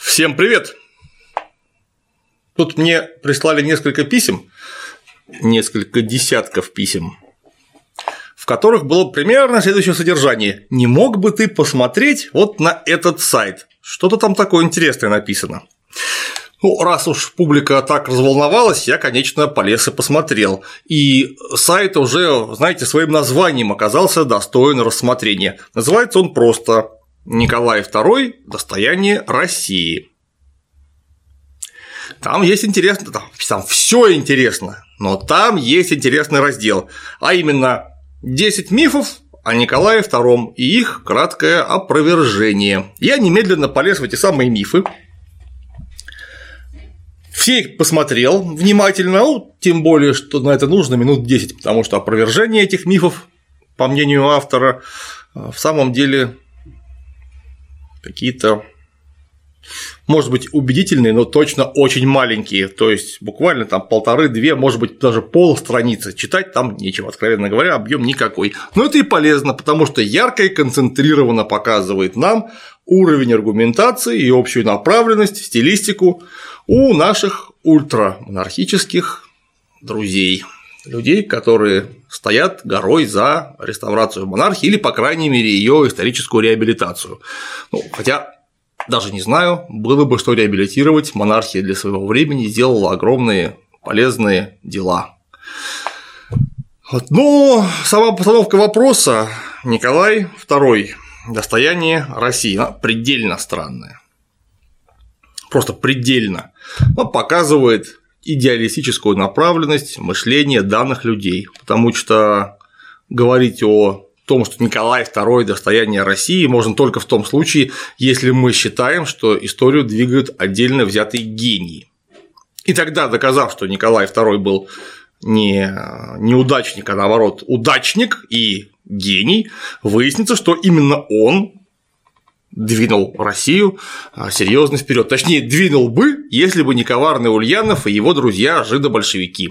Всем привет! Тут мне прислали несколько писем, несколько десятков писем, в которых было примерно следующее содержание. Не мог бы ты посмотреть вот на этот сайт? Что-то там такое интересное написано. Ну, раз уж публика так разволновалась, я, конечно, полез и посмотрел. И сайт уже, знаете, своим названием оказался достоин рассмотрения. Называется он просто «Николай II. Достояние России». Там есть интересно, там все интересно, но там есть интересный раздел, а именно 10 мифов о Николае II и их краткое опровержение. Я немедленно полез в эти самые мифы. Все их посмотрел внимательно, ну, тем более, что на это нужно минут 10, потому что опровержение этих мифов, по мнению автора, в самом деле какие-то, может быть, убедительные, но точно очень маленькие, то есть буквально там 1,5–2, может быть, даже полстраницы, читать там нечего, откровенно говоря, объем никакой. Но это и полезно, потому что ярко и концентрированно показывает нам уровень аргументации и общую направленность, стилистику у наших ультрамонархических друзей, людей, которые стоят горой за реставрацию монархии или, по крайней мере, ее историческую реабилитацию. Ну, хотя даже не знаю, было бы что реабилитировать, монархия для своего времени сделала огромные полезные дела. Но сама постановка вопроса Николай II. Достояние России, она предельно странная. Просто предельно. Она показывает идеалистическую направленность мышления данных людей, потому что говорить о том, что Николай II – достояние России, можно только в том случае, если мы считаем, что историю двигают отдельно взятые гении. И тогда, доказав, что Николай II был не неудачник, а наоборот удачник и гений, выяснится, что именно он двинул Россию серьезно вперед. Точнее, двинул бы, если бы не коварный Ульянов и его друзья жидобольшевики.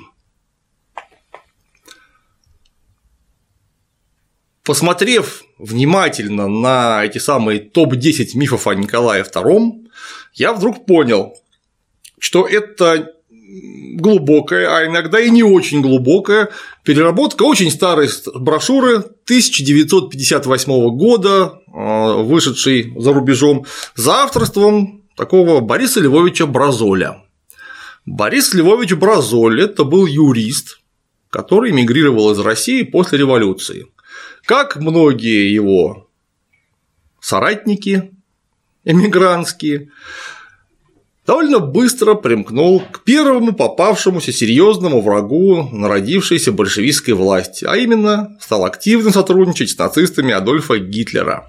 Посмотрев внимательно на эти самые топ-10 мифов о Николае II, я вдруг понял, что это глубокая, а иногда и не очень глубокая переработка очень старой брошюры 1958 года, вышедшей за рубежом, за авторством такого Бориса Львовича Бразоля. Борис Львович Бразоль – это был юрист, который эмигрировал из России после революции. Как многие его соратники эмигрантские, довольно быстро примкнул к первому попавшемуся серьезному врагу народившейся большевистской власти, а именно стал активно сотрудничать с нацистами Адольфа Гитлера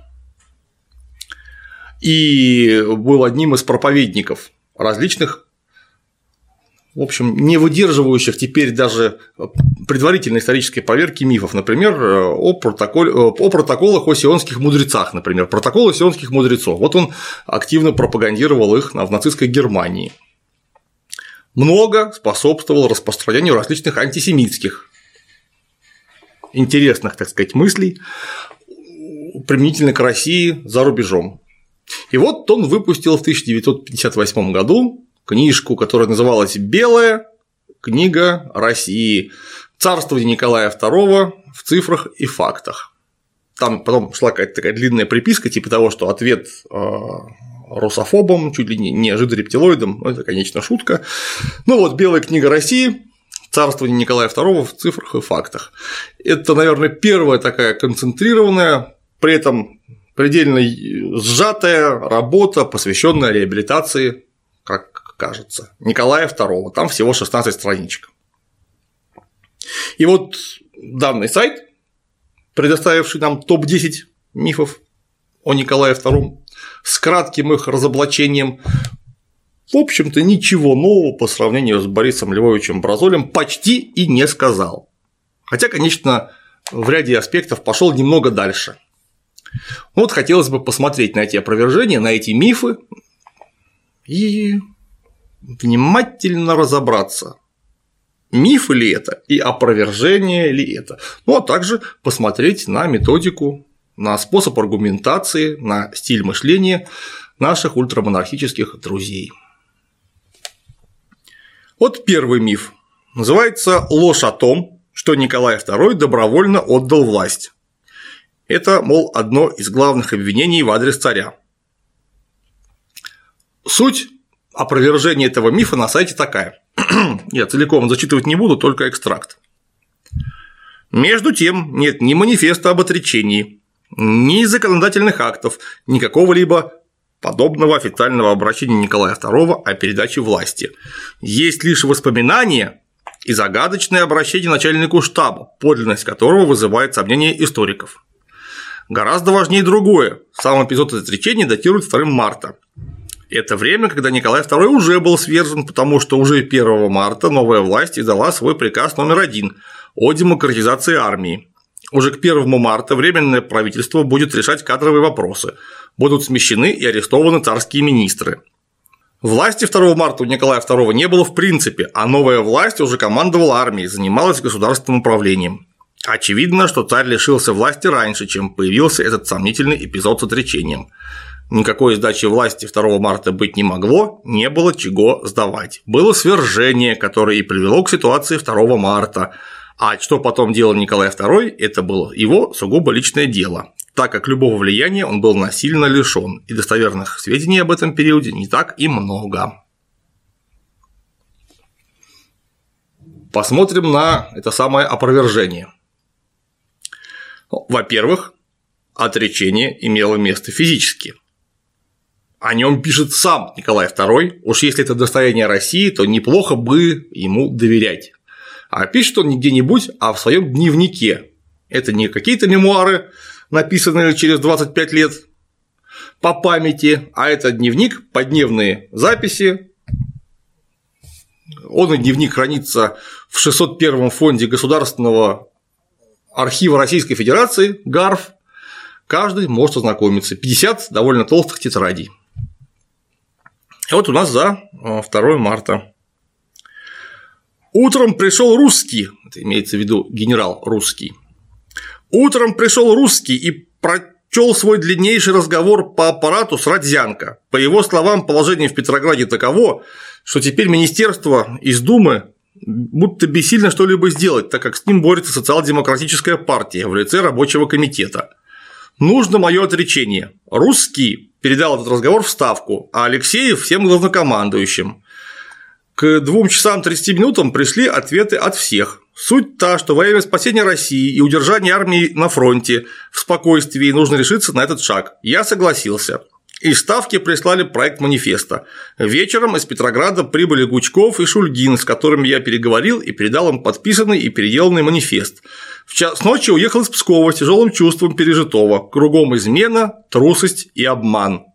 и был одним из проповедников различных, в общем, не выдерживающих теперь даже предварительной исторической поверки мифов, например, о протоколах о сионских мудрецах, например, протоколы сионских мудрецов. Вот он активно пропагандировал их в нацистской Германии. Много способствовал распространению различных антисемитских, интересных, так сказать, мыслей применительно к России за рубежом. И вот он выпустил в 1958 году книжку, которая называлась «Белая книга России. Царствование Николая II в цифрах и фактах». Там потом шла какая-то такая длинная приписка, типа того, что ответ русофобам, чуть ли не жидорептилоидам, ну, это, конечно, шутка. Ну вот, «Белая книга России. Царствование Николая II в цифрах и фактах». Это, наверное, первая такая концентрированная, при этом предельно сжатая работа, посвященная реабилитации, как кажется, Николая II, там всего 16 страничек. И вот данный сайт, предоставивший нам топ-10 мифов о Николае II с кратким их разоблачением, в общем-то, ничего нового по сравнению с Борисом Львовичем Бразолем почти и не сказал. Хотя, конечно, в ряде аспектов пошел немного дальше. Вот хотелось бы посмотреть на эти опровержения, на эти мифы и внимательно разобраться, миф ли это и опровержение ли это, ну а также посмотреть на методику, на способ аргументации, на стиль мышления наших ультрамонархических друзей. Вот первый миф. Называется «Ложь о том, что Николай II добровольно отдал власть». Это, мол, одно из главных обвинений в адрес царя. Суть опровержения этого мифа на сайте такая. Я целиком зачитывать не буду, только экстракт. Между тем, нет ни манифеста об отречении, ни законодательных актов, ни какого-либо подобного официального обращения Николая II о передаче власти. Есть лишь воспоминания и загадочное обращение начальнику штаба, подлинность которого вызывает сомнения историков. Гораздо важнее другое. Сам эпизод отречения датирует 2 марта. Это время, когда Николай II уже был свержен, потому что уже 1 марта новая власть издала свой приказ номер 1 о демократизации армии. Уже к 1 марта Временное правительство будет решать кадровые вопросы, будут смещены и арестованы царские министры. Власти 2 марта у Николая II не было в принципе, а новая власть уже командовала армией, занималась государственным управлением. Очевидно, что царь лишился власти раньше, чем появился этот сомнительный эпизод с отречением. Никакой сдачи власти 2 марта быть не могло, не было чего сдавать. Было свержение, которое и привело к ситуации 2 марта. А что потом делал Николай II, это было его сугубо личное дело, так как любого влияния он был насильно лишён, и достоверных сведений об этом периоде не так и много. Посмотрим на это самое опровержение. Во-первых, отречение имело место физически. О нем пишет сам Николай II, уж если это достояние России, то неплохо бы ему доверять. А пишет он не где-нибудь, а в своем дневнике. Это не какие-то мемуары, написанные через 25 лет по памяти, а это дневник, подневные записи. Он и дневник хранится в 601-м фонде Государственного архива Российской Федерации, ГАРФ. Каждый может ознакомиться. 50 довольно толстых тетрадей. И вот у нас за 2 марта. Утром пришел русский, это имеется в виду генерал Русский. Утром пришел русский и прочел свой длиннейший разговор по аппарату с Родзянко. По его словам, положение в Петрограде таково, что теперь министерство из Думы будто бессильно что-либо сделать, так как с ним борется социал-демократическая партия в лице рабочего комитета. Нужно мое отречение. Русский передал этот разговор в Ставку, а Алексеев всем главнокомандующим. К 2 часам 30 минутам пришли ответы от всех. Суть та, что во имя спасения России и удержания армии на фронте в спокойствии нужно решиться на этот шаг. Я согласился. Из Ставки прислали проект манифеста. Вечером из Петрограда прибыли Гучков и Шульгин, с которыми я переговорил и передал им подписанный и переделанный манифест. В час ночи уехал из Пскова с тяжелым чувством пережитого. Кругом измена, трусость и обман.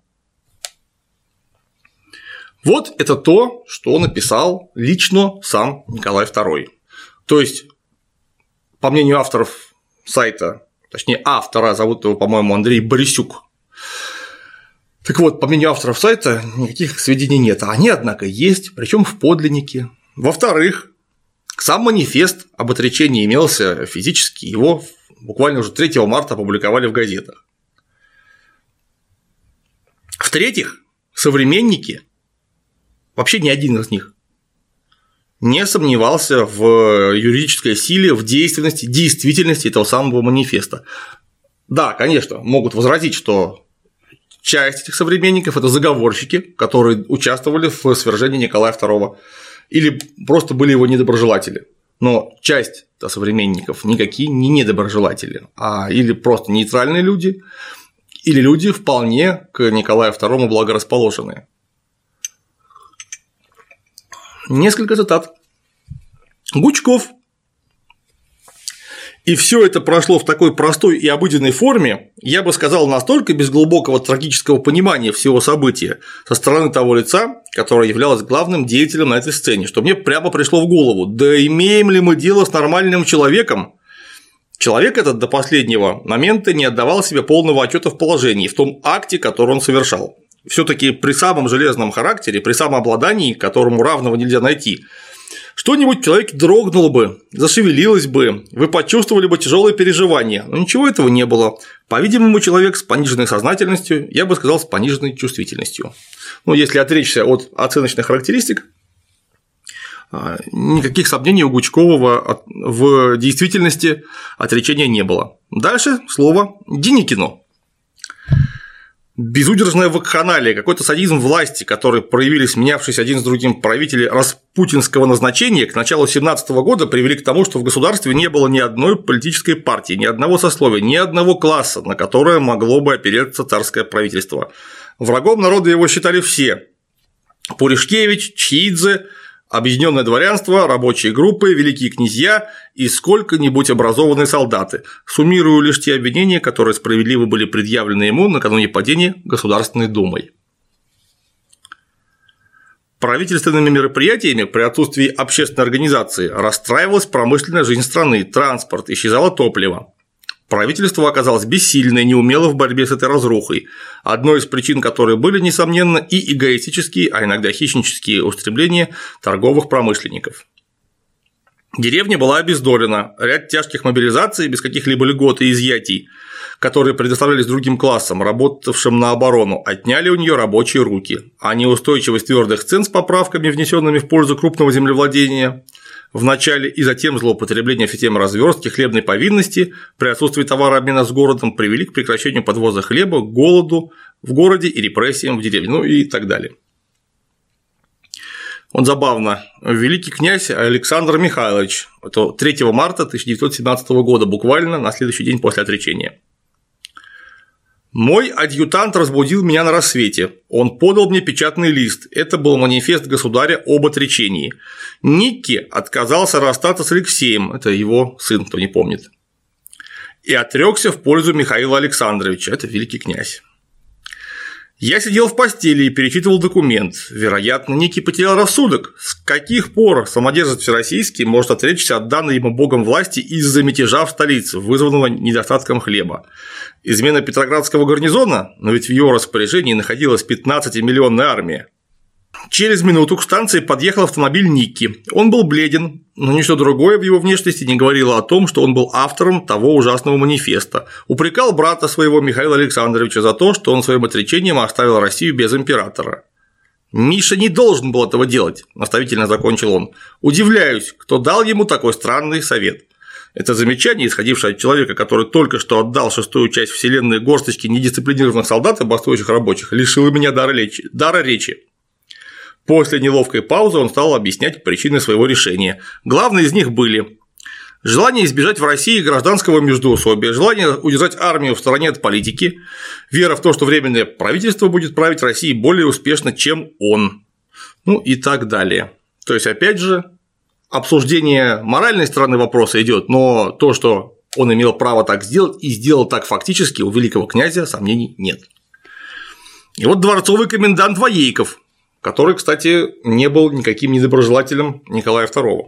Вот это то, что написал лично сам Николай II. То есть, по мнению авторов сайта, точнее автора, зовут его, по-моему, Андрей Борисюк. Так вот, по мнению авторов сайта, никаких сведений нет, а они, однако, есть, причем в подлиннике. Во-вторых, сам манифест об отречении имелся физически, его буквально уже 3 марта опубликовали в газетах. В-третьих, современники, вообще ни один из них, не сомневался в юридической силе, в действенности, действительности этого самого манифеста. Да, конечно, могут возразить, что часть этих современников – это заговорщики, которые участвовали в свержении Николая II, или просто были его недоброжелатели. Но часть современников никакие не недоброжелатели, а или просто нейтральные люди, или люди вполне к Николаю II благорасположенные. Несколько цитат. Гучков. И все это прошло в такой простой и обыденной форме, я бы сказал, настолько без глубокого трагического понимания всего события со стороны того лица, которое являлось главным деятелем на этой сцене, что мне прямо пришло в голову: да имеем ли мы дело с нормальным человеком? Человек этот до последнего момента не отдавал себе полного отчета в положении, в том акте, который он совершал. Все-таки при самом железном характере, при самообладании, которому равного нельзя найти, что-нибудь в человеке дрогнуло бы, зашевелилось бы, вы почувствовали бы тяжелые переживания, но ничего этого не было. По-видимому, человек с пониженной сознательностью, я бы сказал, с пониженной чувствительностью. Ну, если отречься от оценочных характеристик, никаких сомнений у Гучкова в действительности отречения не было. Дальше слово Деникину. Безудержная вакханалия, какой-то садизм власти, который проявили сменявшись один с другим правители распутинского назначения, к началу 2017 года привели к тому, что в государстве не было ни одной политической партии, ни одного сословия, ни одного класса, на которое могло бы опереться царское правительство. Врагом народа его считали все – Пуришкевич, Чхидзе, объединенное дворянство, рабочие группы, великие князья и сколько-нибудь образованные солдаты, суммирую лишь те обвинения, которые справедливо были предъявлены ему накануне падения Государственной Думой. Правительственными мероприятиями при отсутствии общественной организации расстраивалась промышленная жизнь страны, транспорт, исчезало топливо. Правительство оказалось бессильно и неумело в борьбе с этой разрухой, одной из причин которой были, несомненно, и эгоистические, а иногда хищнические устремления торговых промышленников. Деревня была обездолена, ряд тяжких мобилизаций без каких-либо льгот и изъятий, которые предоставлялись другим классам, работавшим на оборону, отняли у нее рабочие руки, а неустойчивость твердых цен с поправками, внесенными в пользу крупного землевладения, в начале и затем злоупотребление системы разверстки, хлебной повинности при отсутствии товарообмена с городом привели к прекращению подвоза хлеба, голоду в городе и репрессиям в деревне, ну и так далее. Вот забавно, великий князь Александр Михайлович, это 3 марта 1917 года, буквально на следующий день после отречения. Мой адъютант разбудил меня на рассвете. Он подал мне печатный лист. Это был манифест государя об отречении. Никки отказался расстаться с Алексеем, это его сын, кто не помнит, и отрекся в пользу Михаила Александровича, это великий князь. Я сидел в постели и перечитывал документ. Вероятно, Никки потерял рассудок. С каких пор самодержец всероссийский может отречься от данной ему Богом власти из-за мятежа в столице, вызванного недостатком хлеба? Измена Петроградского гарнизона, но ведь в его распоряжении находилась 15-миллионная армия. Через минуту к станции подъехал автомобиль Никки. Он был бледен, но ничто другое в его внешности не говорило о том, что он был автором того ужасного манифеста. Упрекал брата своего Михаила Александровича за то, что он своим отречением оставил Россию без императора. «Миша не должен был этого делать», – наставительно закончил он. «Удивляюсь, кто дал ему такой странный совет». Это замечание, исходившее от человека, который только что отдал шестую часть вселенной горсточки недисциплинированных солдат и бастующих рабочих, лишило меня дара речи. После неловкой паузы он стал объяснять причины своего решения. Главные из них были: желание избежать в России гражданского междоусобия, желание удержать армию в стороне от политики, вера в то, что временное правительство будет править Россией более успешно, чем он, ну и так далее. То есть, опять же, обсуждение моральной стороны вопроса идет, но то, что он имел право так сделать и сделал так фактически, у великого князя сомнений нет. И вот дворцовый комендант Воейков, который, кстати, не был никаким недоброжелателем Николая II.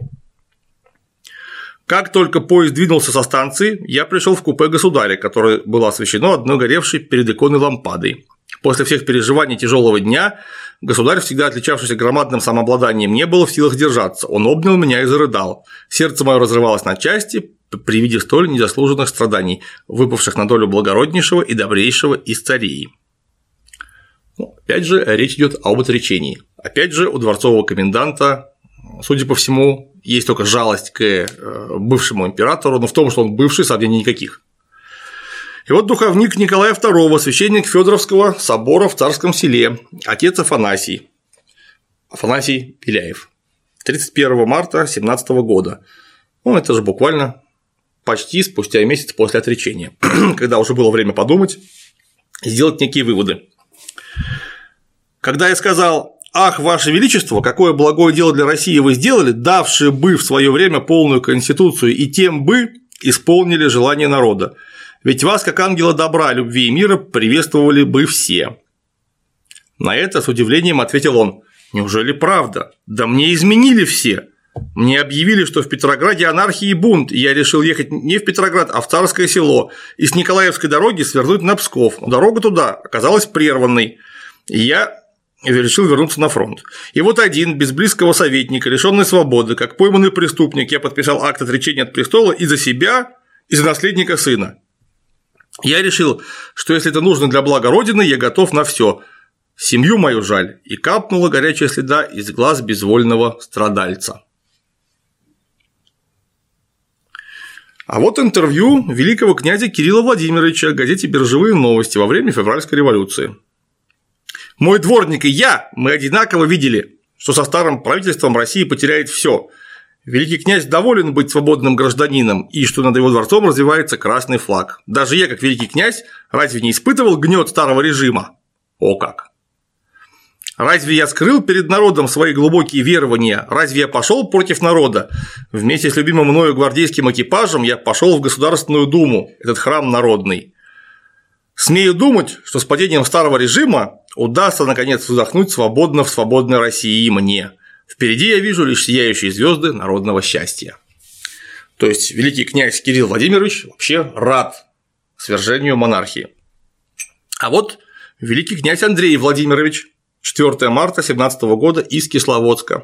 Как только поезд двинулся со станции, я пришел в купе государя, которое было освещено одной горевшей перед иконой лампадой. После всех переживаний тяжелого дня государь, всегда отличавшийся громадным самообладанием, не был в силах держаться. Он обнял меня и зарыдал. Сердце мое разрывалось на части при виде столь незаслуженных страданий, выпавших на долю благороднейшего и добрейшего из царей. Опять же, речь идет об отречении. Опять же, у дворцового коменданта, судя по всему, есть только жалость к бывшему императору, но в том, что он бывший, сомнений никаких. И вот духовник Николая II, священник Федоровского собора в Царском Селе, отец Афанасий Беляев, 31 марта 1917 года. Ну, это же буквально почти спустя месяц после отречения, когда уже было время подумать и сделать некие выводы. Когда я сказал: «Ах, Ваше Величество, какое благое дело для России вы сделали, давшие бы в свое время полную конституцию, и тем бы исполнили желание народа. Ведь вас, как ангела добра, любви и мира, приветствовали бы все». На это с удивлением ответил он: «Неужели правда? Да мне изменили все. Мне объявили, что в Петрограде анархия и бунт, и я решил ехать не в Петроград, а в Царское Село, и с Николаевской дороги свернуть на Псков. Но дорога туда оказалась прерванной, и я и решил вернуться на фронт. И вот один, без близкого советника, лишённый свободы, как пойманный преступник, я подписал акт отречения от престола и за себя, и за наследника сына. Я решил, что если это нужно для блага Родины, я готов на все. Семью мою жаль, и капнула горячая слеза из глаз безвольного страдальца. А вот интервью великого князя Кирилла Владимировича газете «Биржевые новости» во время февральской революции. «Мой дворник и я, мы одинаково видели, что со старым правительством Россия потеряет все. Великий князь доволен быть свободным гражданином и что над его дворцом развивается красный флаг. Даже я, как великий князь, разве не испытывал гнет старого режима? О как! Разве я скрыл перед народом свои глубокие верования? Разве я пошел против народа? Вместе с любимым мною гвардейским экипажем я пошел в Государственную Думу, этот храм народный. Смею думать, что с падением старого режима удастся наконец вздохнуть свободно в свободной России и мне. Впереди я вижу лишь сияющие звезды народного счастья». То есть великий князь Кирилл Владимирович вообще рад свержению монархии. А вот великий князь Андрей Владимирович, 4 марта 17 года из Кисловодска.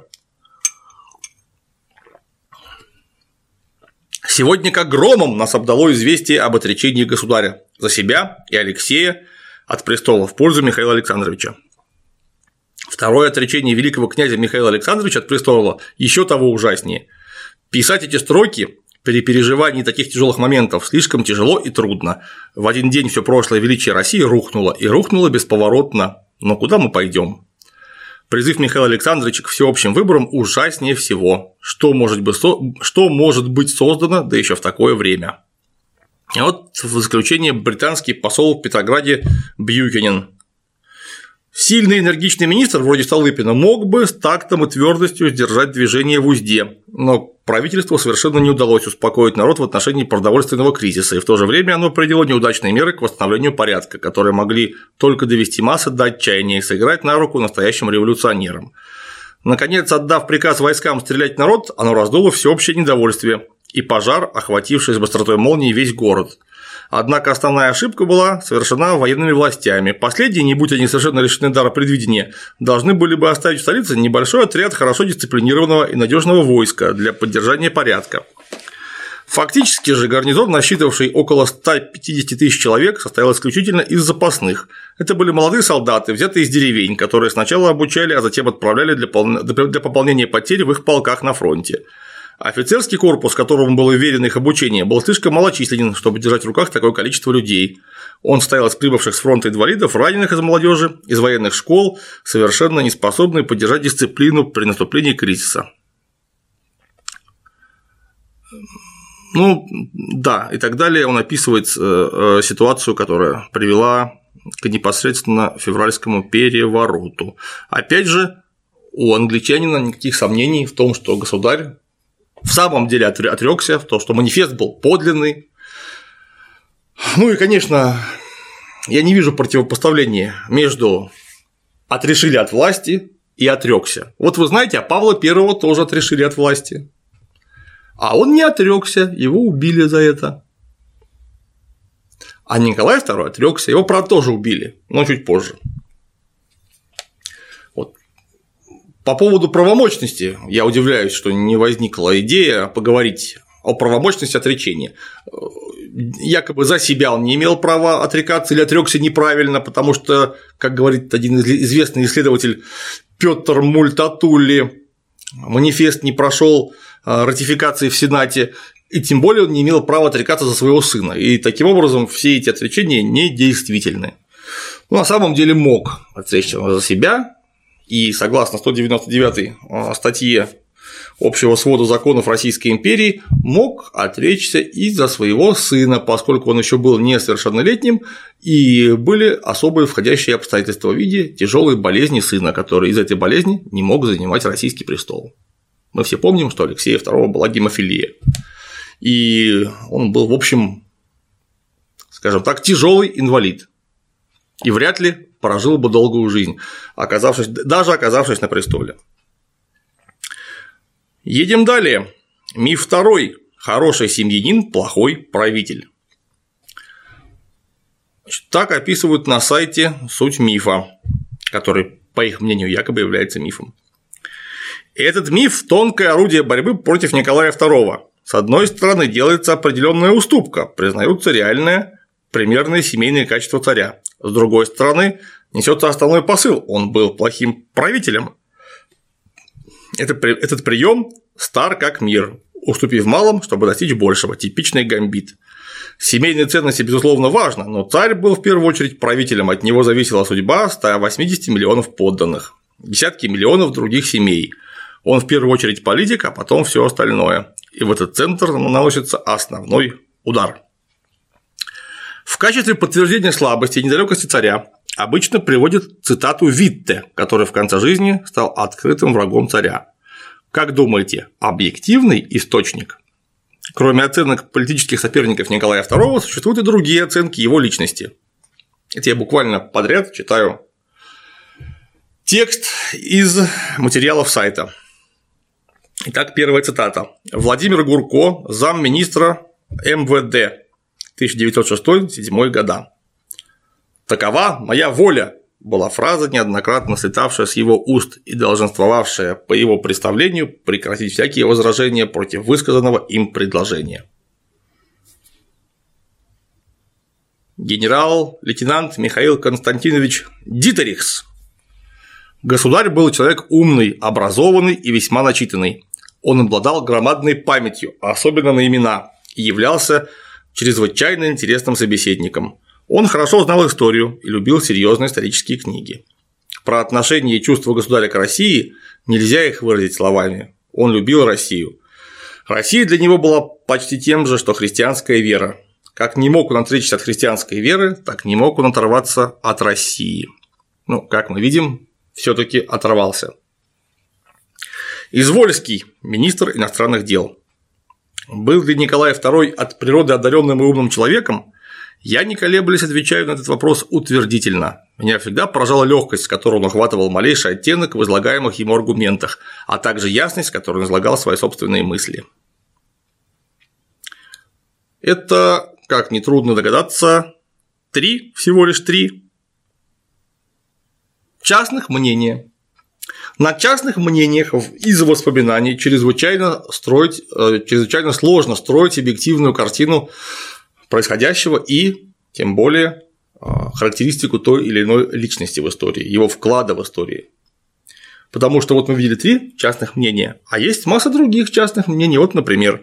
Сегодня как громом нас обдало известие об отречении государя за себя и Алексея от престола в пользу Михаила Александровича. Второе отречение великого князя Михаила Александровича от престола еще того ужаснее. Писать эти строки при переживании таких тяжелых моментов слишком тяжело и трудно. В один день все прошлое величие России рухнуло, и рухнуло бесповоротно. Но куда мы пойдем? Призыв Михаила Александровича к всеобщим выборам ужаснее всего. Что может быть создано, да еще в такое время? И вот в заключение британский посол в Петрограде Бьюкенен. Сильный энергичный министр вроде Столыпина мог бы с тактом и твердостью сдержать движение в узде, но правительству совершенно не удалось успокоить народ в отношении продовольственного кризиса, и в то же время оно приняло неудачные меры к восстановлению порядка, которые могли только довести массы до отчаяния и сыграть на руку настоящим революционерам. Наконец, отдав приказ войскам стрелять в народ, оно раздуло всеобщее недовольствие и пожар, охвативший с быстротой молнии весь город. Однако основная ошибка была совершена военными властями. Последние, не будь они совершенно лишены дара предвидения, должны были бы оставить в столице небольшой отряд хорошо дисциплинированного и надежного войска для поддержания порядка. Фактически же гарнизон, насчитывавший около 150 тысяч человек, состоял исключительно из запасных. Это были молодые солдаты, взятые из деревень, которые сначала обучали, а затем отправляли для пополнения потерь в их полках на фронте. Офицерский корпус, которому было верено их обучение, был слишком малочисленен, чтобы держать в руках такое количество людей. Он состоял из прибывших с фронта инвалидов, раненых из молодежи, из военных школ, совершенно не способные поддержать дисциплину при наступлении кризиса. Ну, да, и так далее. Он описывает ситуацию, которая привела к непосредственно февральскому перевороту. Опять же, у англичанина никаких сомнений в том, что государь в самом деле отрёкся, в том, что манифест был подлинный. Ну и, конечно, я не вижу противопоставления между «отрешили от власти» и «отрёкся». Вот вы знаете, а Павла I тоже отрешили от власти. А он не отрёкся, его убили за это. А Николай II отрёкся, его, правда, тоже убили, но чуть позже. По поводу правомочности я удивляюсь, что не возникла идея поговорить о правомочности отречения. Якобы за себя он не имел права отрекаться или отрёкся неправильно, потому что, как говорит один известный исследователь Пётр Мультатулли, манифест не прошёл ратификации в Сенате, и тем более он не имел права отрекаться за своего сына. И таким образом все эти отречения недействительны. Но на самом деле мог отречься за себя. И согласно 199 статье Общего свода законов Российской империи мог отречься и за своего сына, поскольку он еще был несовершеннолетним, и были особые входящие обстоятельства в виде тяжелой болезни сына, который из этой болезни не мог занимать российский престол. Мы все помним, что Алексея II была гемофилия, и он был, в общем, скажем так, тяжелый инвалид, и вряд ли прожил бы долгую жизнь, даже оказавшись на престоле. Едем далее. Миф второй. Хороший семьянин, плохой правитель. Так описывают на сайте суть мифа, который по их мнению, якобы является мифом. Этот миф – тонкое орудие борьбы против Николая II. С одной стороны, делается определенная уступка, признаются реальные примерные семейные качества царя. С другой стороны, несется основной посыл – он был плохим правителем. Этот прием стар как мир, уступив малом, чтобы достичь большего, типичный гамбит. Семейные ценности, безусловно, важно, но царь был в первую очередь правителем, от него зависела судьба 180 миллионов подданных, десятки миллионов других семей. Он в первую очередь политик, а потом все остальное. И в этот центр наносится основной удар. В качестве подтверждения слабости и недалекости царя обычно приводят цитату Витте, который в конце жизни стал открытым врагом царя. Как думаете, объективный источник? Кроме оценок политических соперников Николая II, существуют и другие оценки его личности. Это я буквально подряд читаю текст из материалов сайта. Итак, первая цитата. Владимир Гурко, замминистра МВД, 1906-1907 года. «Такова моя воля», была фраза, неоднократно слетавшая с его уст и долженствовавшая, по его представлению, прекратить всякие возражения против высказанного им предложения. Генерал-лейтенант Михаил Константинович Дитерихс. Государь был человек умный, образованный и весьма начитанный. Он обладал громадной памятью, особенно на имена, и являлся чрезвычайно интересным собеседником. Он хорошо знал историю и любил серьезные исторические книги. Про отношения и чувства государя к России нельзя их выразить словами. Он любил Россию. Россия для него была почти тем же, что христианская вера. Как не мог он отречься от христианской веры, так не мог он оторваться от России. Как мы видим, все-таки оторвался. Извольский, министр иностранных дел. Был ли Николай II от природы одаренным и умным человеком? Я, не колеблясь, отвечаю на этот вопрос утвердительно. Меня всегда поражала легкость, с которой он охватывал малейший оттенок в излагаемых ему аргументах, а также ясность, с которой он излагал свои собственные мысли. Это, как нетрудно догадаться, всего лишь три частных мнения. На частных мнениях из воспоминаний чрезвычайно сложно строить объективную картину происходящего и, тем более, характеристику той или иной личности в истории, его вклада в историю. Потому что мы видели три частных мнения, а есть масса других частных мнений. Например,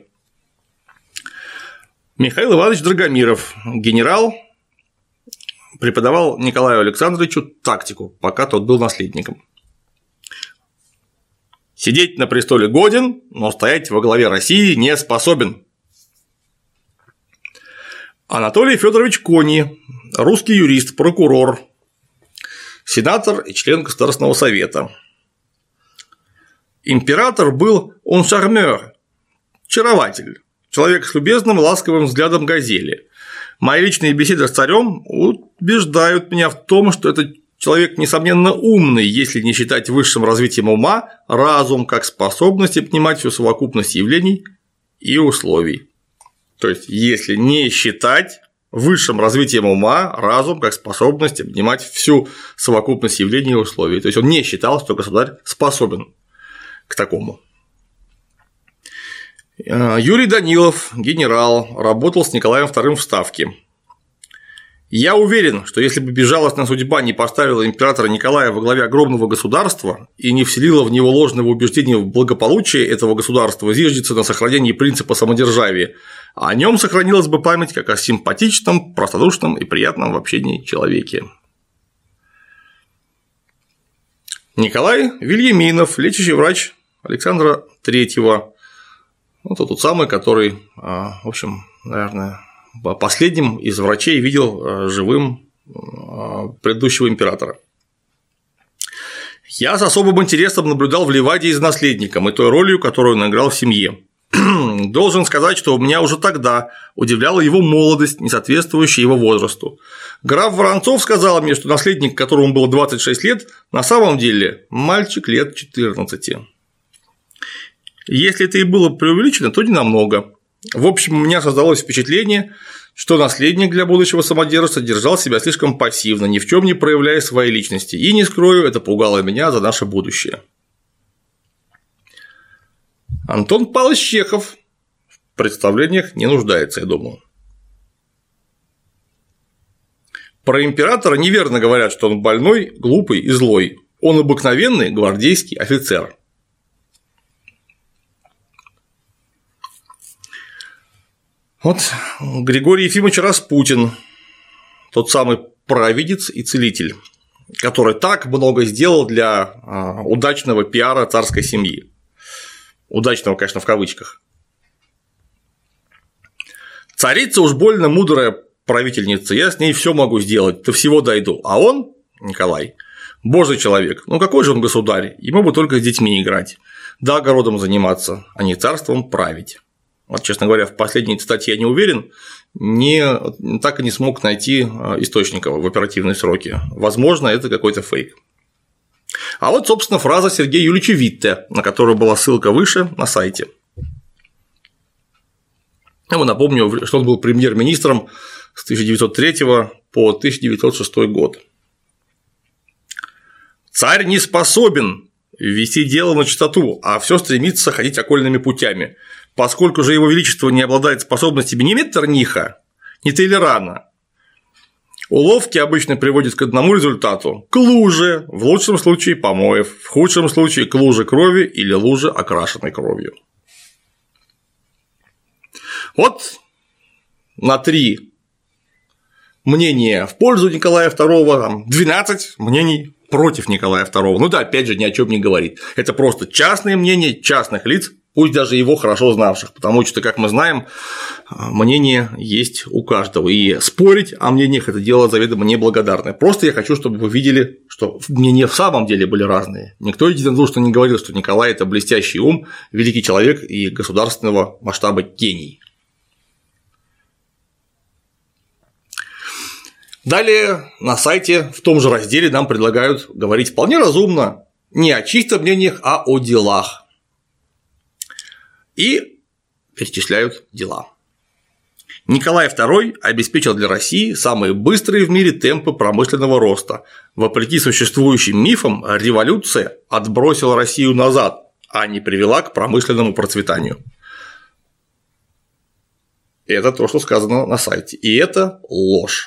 Михаил Иванович Драгомиров, генерал, преподавал Николаю Александровичу тактику, пока тот был наследником. Сидеть на престоле годен, но стоять во главе России не способен. Анатолий Федорович Кони, русский юрист, прокурор, сенатор и член Государственного совета. Император был он шармер, очарователь, человек с любезным ласковым взглядом газели. Мои личные беседы с царем убеждают меня в том, что этот человек, несомненно, умный, если не считать высшим развитием ума разум как способность понимать всю совокупность явлений и условий. То есть, если не считать высшим развитием ума разум как способность обнимать всю совокупность явлений и условий. То есть, он не считал, что государь способен к такому. Юрий Данилов, генерал, работал с Николаем II в Ставке. Я уверен, что если бы безжалостная судьба не поставила императора Николая во главе огромного государства и не вселила в него ложного убеждения в благополучие этого государства, зиждется на сохранении принципа самодержавия, о нем сохранилась бы память как о симпатичном, простодушном и приятном в общении человеке. Николай Вильяминов, лечащий врач Александра III, тот самый, который, в общем, наверное, последним из врачей видел живым предыдущего императора. Я с особым интересом наблюдал в Ливадии за наследником и той ролью, которую он играл в семье. Должен сказать, что меня уже тогда удивляла его молодость, не соответствующая его возрасту. Граф Воронцов сказал мне, что наследник, которому было 26 лет, на самом деле мальчик лет 14. Если это и было преувеличено, то ненамного. В общем, у меня создалось впечатление, что наследник для будущего самодержца держал себя слишком пассивно, ни в чем не проявляя своей личности, и, не скрою, это пугало меня за наше будущее. Антон Павлович Чехов в представлениях не нуждается, я думаю. Про императора неверно говорят, что он больной, глупый и злой. Он обыкновенный гвардейский офицер. Вот Григорий Ефимович Распутин, тот самый провидец и целитель, который так много сделал для удачного пиара царской семьи. Удачного, конечно, в кавычках. Царица уж больно мудрая правительница, я с ней все могу сделать, до всего дойду. А он, Николай, божий человек, ну какой же он государь, ему бы только с детьми играть, да огородом заниматься, а не царством править. Вот, честно говоря, в последней цитате я не уверен, так и не смог найти источника в оперативные сроки. Возможно, это какой-то фейк. А вот, собственно, фраза Сергея Юрьевича Витте, на которую была ссылка выше на сайте. Я вам напомню, что он был премьер-министром с 1903 по 1906 год. Царь не способен вести дело на чистоту, а все стремится ходить окольными путями, поскольку же его величество не обладает способностями ни Меттерниха, ни Тейлерана. Уловки обычно приводят к одному результату – к луже, в лучшем случае помоев, в худшем случае к луже крови или луже, окрашенной кровью. Вот на 3 мнения в пользу Николая II, 12 мнений против Николая II. Ну да, опять же, ни о чем не говорит. Это просто частные мнения частных лиц, пусть даже его хорошо знавших, потому что, как мы знаем, мнение есть у каждого, и спорить о мнениях – это дело заведомо неблагодарное. Просто я хочу, чтобы вы видели, что мнения в самом деле были разные. Никто единодушно не говорил, что Николай – это блестящий ум, великий человек и государственного масштаба гений. Далее на сайте в том же разделе нам предлагают говорить вполне разумно не о чистых мнениях, а о делах. И перечисляют дела. Николай II обеспечил для России самые быстрые в мире темпы промышленного роста. Вопреки существующим мифам, революция отбросила Россию назад, а не привела к промышленному процветанию. Это то, что сказано на сайте. И это ложь.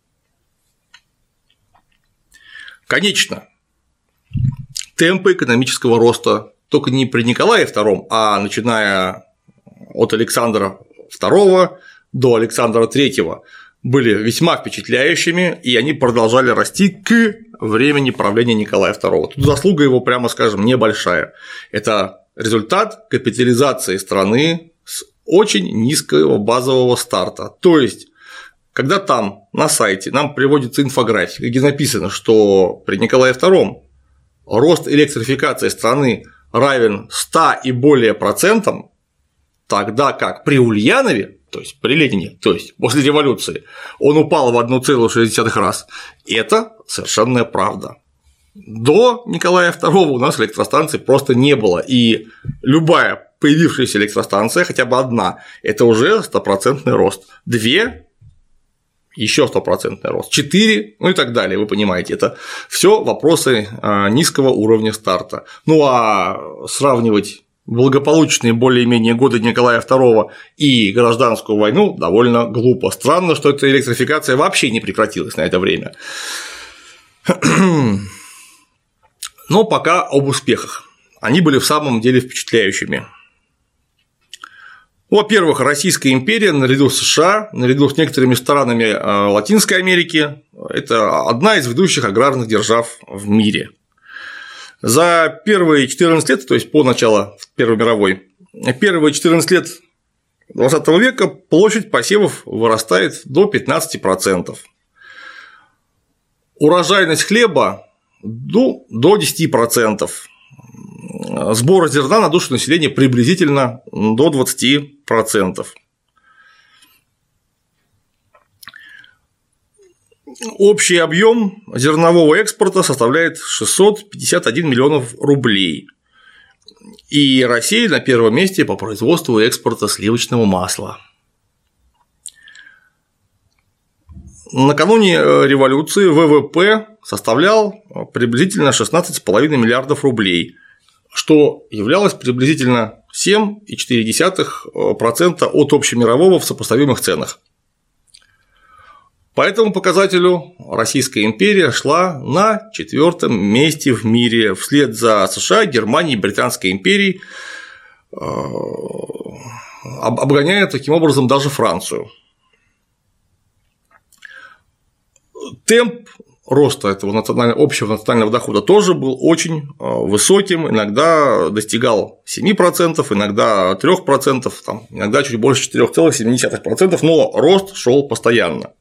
Конечно, темпы экономического роста только не при Николае II, а начиная от Александра II до Александра III были весьма впечатляющими, и они продолжали расти к времени правления Николая II. Тут заслуга его, прямо скажем, небольшая. Это результат капитализации страны с очень низкого базового старта. То есть, когда там на сайте нам приводится инфографика, где написано, что при Николае II рост электрификации страны равен 100 и более процентам, тогда как при Ульянове, то есть при Ленине, то есть после революции, он упал в 1,6 раз. Это совершенная правда. До Николая II у нас электростанций просто не было, и любая появившаяся электростанция, хотя бы одна, это уже 100% рост. 2 еще 100% рост, 4, ну и так далее, вы понимаете, это все вопросы низкого уровня старта. Ну а сравнивать благополучные более-менее годы Николая II и гражданскую войну довольно глупо. Странно, что эта электрификация вообще не прекратилась на это время. Но пока об успехах. Они были в самом деле впечатляющими. Во-первых, Российская империя наряду с США, наряду с некоторыми странами Латинской Америки – это одна из ведущих аграрных держав в мире. За первые 14 лет, то есть по началу Первой мировой, первые 14 лет XX века площадь посевов вырастает до 15%. Урожайность хлеба до 10%. Сбор зерна на душу населения приблизительно до 20%. Общий объем зернового экспорта составляет 651 миллионов рублей. И Россия на первом месте по производству и экспорту сливочного масла. накануне революции ВВП составлял приблизительно 16,5 миллиардов рублей, что являлось приблизительно 7,4% от общемирового в сопоставимых ценах. По этому показателю Российская империя шла на 4-м месте в мире, вслед за США, Германией и Британской империей, обгоняя таким образом даже Францию. Темп роста этого общего национального дохода тоже был очень высоким, иногда достигал 7%, иногда 3%, иногда чуть больше 4,7%, но рост шел постоянно.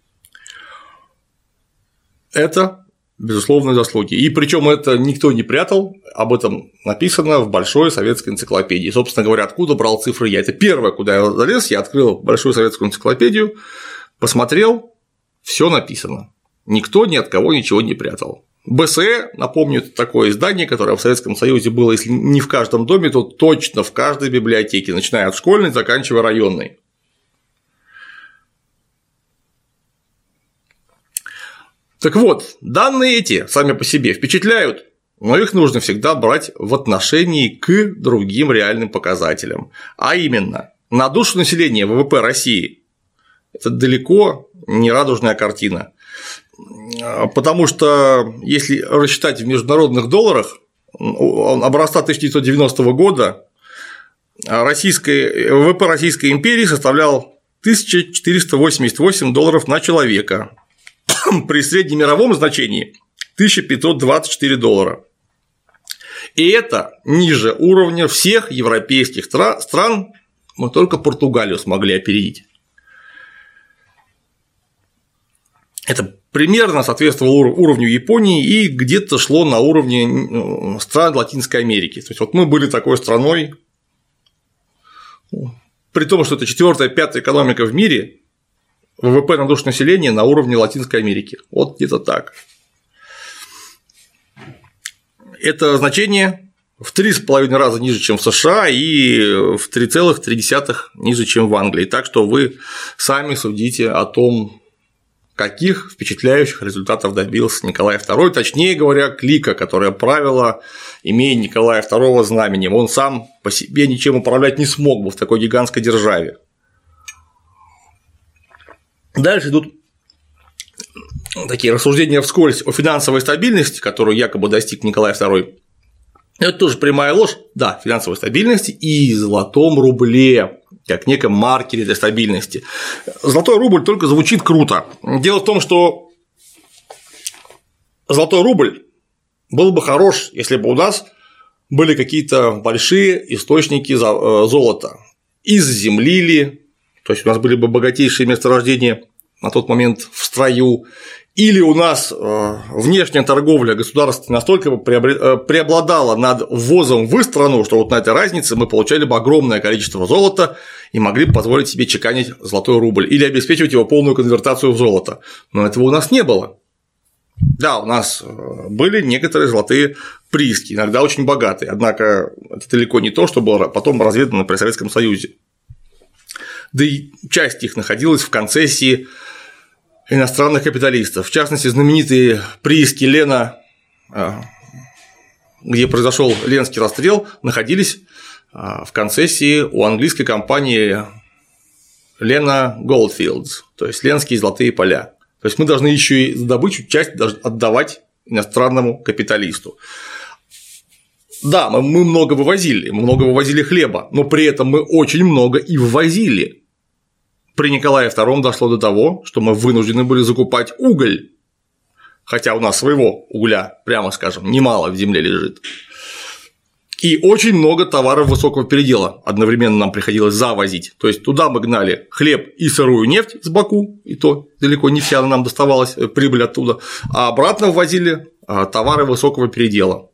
Это безусловные заслуги. И причем это никто не прятал, об этом написано в Большой советской энциклопедии. Собственно говоря, откуда брал цифры я? Это первое, куда я залез, я открыл Большую советскую энциклопедию, посмотрел, все написано. Никто ни от кого ничего не прятал. БСЭ, напомню, это такое издание, которое в Советском Союзе было, если не в каждом доме, то точно в каждой библиотеке, начиная от школьной, заканчивая районной. Так вот, данные эти сами по себе впечатляют, но их нужно всегда брать в отношении к другим реальным показателям. А именно, на душу населения ВВП России – это далеко не радужная картина. Потому что если рассчитать в международных долларах, образца 1990 года ВВП Российской империи составлял $1488 на человека, при среднемировом значении $1524. И это ниже уровня всех европейских стран, мы только Португалию смогли опередить. Это примерно соответствовало уровню Японии и где-то шло на уровне стран Латинской Америки. То есть вот мы были такой страной, при том, что это 4-я, 5-я экономика в мире, ВВП на душу населения на уровне Латинской Америки. Вот где-то так. Это значение в 3,5 раза ниже, чем в США, и в 3,3 ниже, чем в Англии. Так что вы сами судите о том, каких впечатляющих результатов добился Николай II, точнее говоря, клика, которая правила, имея Николая II знаменем. Он сам по себе ничем управлять не смог бы в такой гигантской державе. Дальше идут такие рассуждения вскользь о финансовой стабильности, которую якобы достиг Николай II. Это тоже прямая ложь, да, финансовой стабильности и золотом рубле, как неком маркере для стабильности. Золотой рубль только звучит круто. Дело в том, что золотой рубль был бы хорош, если бы у нас были какие-то большие источники золота из земли ли, то есть у нас были бы богатейшие месторождения на тот момент в строю, или у нас внешняя торговля государства настолько преобладала над ввозом в страну, что вот на этой разнице мы получали бы огромное количество золота и могли бы позволить себе чеканить золотой рубль или обеспечивать его полную конвертацию в золото. Но этого у нас не было. Да, у нас были некоторые золотые прииски, иногда очень богатые, однако это далеко не то, что было потом разведано при Советском Союзе. Да и часть их находилась в концессии иностранных капиталистов, в частности, знаменитые прииски Лена, где произошел Ленский расстрел, находились в концессии у английской компании Lena Goldfields, то есть Ленские золотые поля. То есть мы должны еще и за добычу часть отдавать иностранному капиталисту. Да, мы много вывозили хлеба, но при этом мы очень много и ввозили. При Николае II дошло до того, что мы вынуждены были закупать уголь, хотя у нас своего угля, прямо скажем, немало в земле лежит. И очень много товаров высокого передела одновременно нам приходилось завозить. То есть туда мы гнали хлеб и сырую нефть с Баку, и то далеко не вся нам доставалась прибыль оттуда, а обратно ввозили товары высокого передела.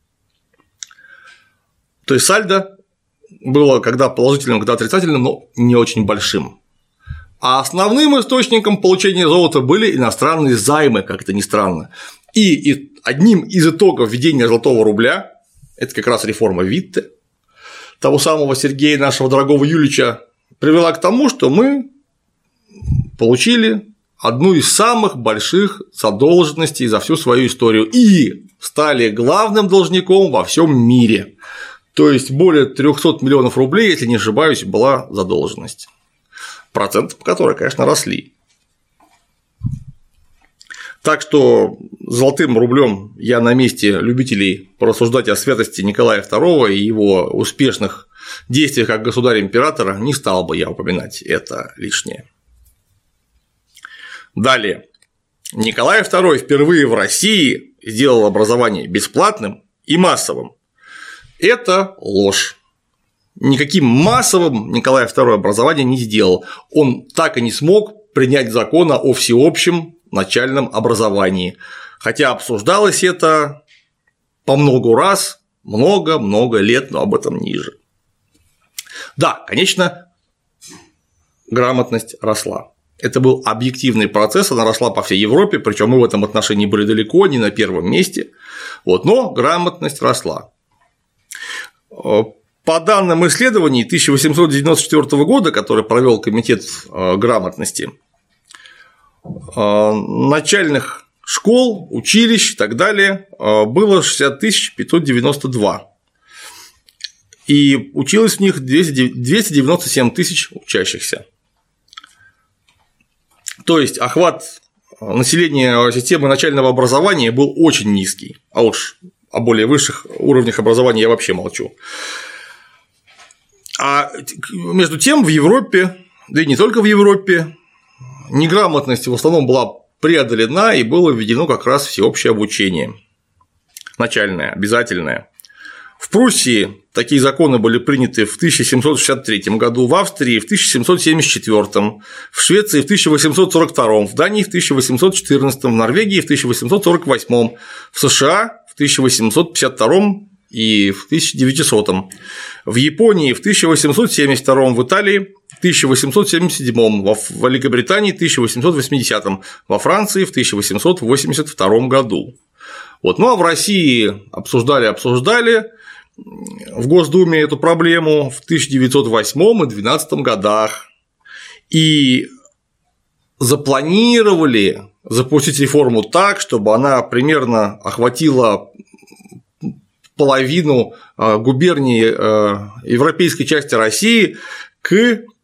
То есть сальдо было когда положительным, когда отрицательным, но не очень большим. А основным источником получения золота были иностранные займы, как это ни странно. И одним из итогов введения золотого рубля – это как раз реформа Витте, того самого Сергея, нашего дорогого Юлича, привела к тому, что мы получили одну из самых больших задолженностей за всю свою историю и стали главным должником во всем мире. То есть более 300 миллионов рублей, если не ошибаюсь, была задолженность. Проценты по которой, конечно, росли. Так что золотым рублем я на месте любителей порассуждать о святости Николая II и его успешных действиях как государя-императора не стал бы я упоминать это лишнее. Далее. Николай II впервые в России сделал образование бесплатным и массовым. Это ложь. Никаким массовым Николай II образование не сделал. Он так и не смог принять закон о всеобщем начальном образовании. Хотя обсуждалось это по много раз, много-много лет, но об этом ниже. Да, конечно, грамотность росла. Это был объективный процесс, она росла по всей Европе, причем мы в этом отношении были далеко не на первом месте, но грамотность росла. По данным исследований 1894 года, который провел Комитет грамотности, начальных школ, училищ и так далее было 60 592, и училось в них 297 тысяч учащихся. То есть охват населения системы начального образования был очень низкий, а уж о более высших уровнях образования я вообще молчу. А между тем в Европе, да и не только в Европе, неграмотность в основном была преодолена и было введено как раз всеобщее обучение. Начальное, обязательное. В Пруссии такие законы были приняты в 1763 году, в Австрии в 1774, в Швеции в 1842, в Дании в 1814, в Норвегии в 1848, в США в 1852 и в 1900, в Японии в 1872, в Италии в 1877, в Великобритании в 1880, во Франции в 1882 году. Ну а в России обсуждали в Госдуме эту проблему в 1908 и 2012 годах и запланировали запустить реформу так, чтобы она примерно охватила половину губерний европейской части России к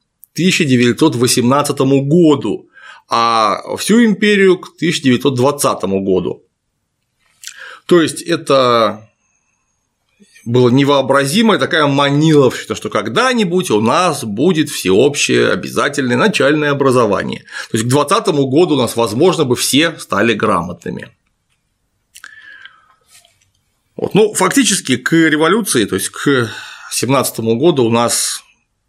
1918 году, а всю империю к 1920 году. То есть это было невообразимая такая маниловщина, что когда-нибудь у нас будет всеобщее обязательное начальное образование. То есть к 2020 году у нас, возможно, бы все стали грамотными. Фактически к революции, то есть к 1917 году у нас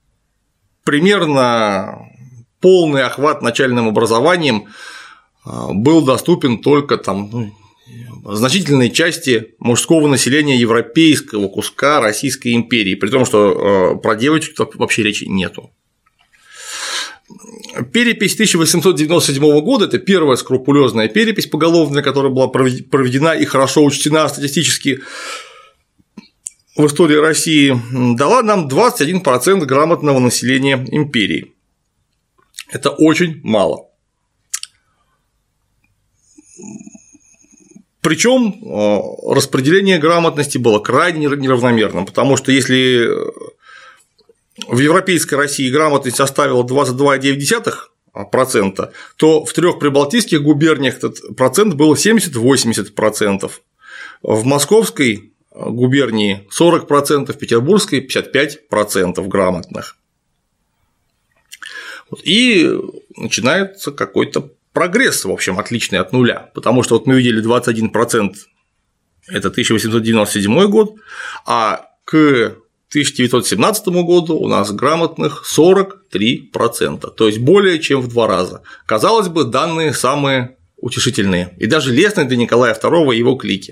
примерно полный охват начальным образованием был доступен только значительной части мужского населения европейского куска Российской империи, при том, что про девочек вообще речи нету. Перепись 1897 года – это первая скрупулезная перепись поголовная, которая была проведена и хорошо учтена статистически в истории России, дала нам 21% грамотного населения империи. Это очень мало. Причем распределение грамотности было крайне неравномерным, потому что если в европейской России грамотность составила 22,9%, то в 3 прибалтийских губерниях этот процент был 70-80%, в московской губернии 40%, в петербургской 55% грамотных. И начинается какой-то прогресс, в общем, отличный от нуля, потому что мы видели 21% – это 1897 год, а к 1917 году у нас грамотных 43%, то есть более чем в 2 раза. Казалось бы, данные самые утешительные и даже лестные для Николая II и его клики.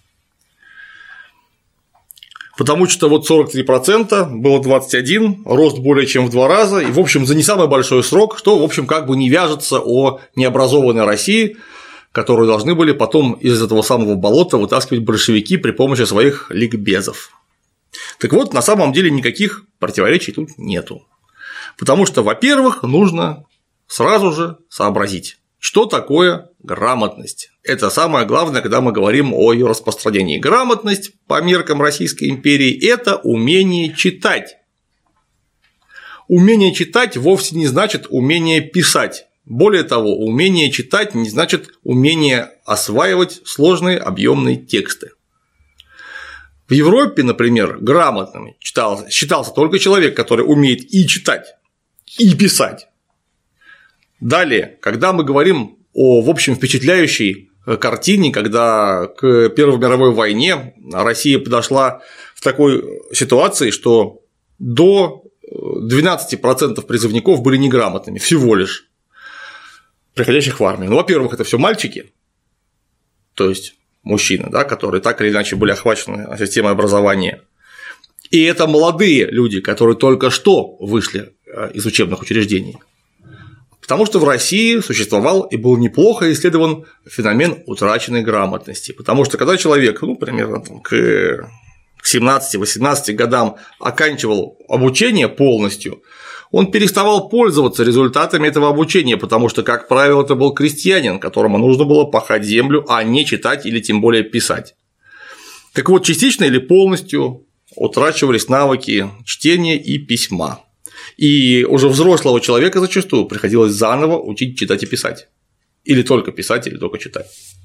Потому что 43% было 21%, рост более чем в 2 раза, и, в общем, за не самый большой срок, что, в общем, как бы не вяжется о необразованной России, которую должны были потом из этого самого болота вытаскивать большевики при помощи своих ликбезов. Так вот, на самом деле никаких противоречий тут нету. Потому что, во-первых, нужно сразу же сообразить, Что такое грамотность? Это самое главное, когда мы говорим о ее распространении. Грамотность по меркам Российской империи – это умение читать. Умение читать вовсе не значит умение писать. Более того, умение читать не значит умение осваивать сложные объемные тексты. В Европе, например, грамотным считался только человек, который умеет и читать, и писать. Далее, когда мы говорим о, в общем, впечатляющей картине, когда к Первой мировой войне Россия подошла в такой ситуации, что до 12% призывников были неграмотными, всего лишь, приходящих в армию. Ну, во-первых, это все мальчики, то есть мужчины, да, которые так или иначе были охвачены системой образования. И это молодые люди, которые только что вышли из учебных учреждений. Потому что в России существовал и был неплохо исследован феномен утраченной грамотности. Потому что когда человек, ну, примерно к 17-18 годам оканчивал обучение полностью, он переставал пользоваться результатами этого обучения, потому что, как правило, это был крестьянин, которому нужно было пахать землю, а не читать или тем более писать. Так вот, частично или полностью утрачивались навыки чтения и письма. И уже взрослого человека зачастую приходилось заново учить читать и писать. Или только писать, или только читать.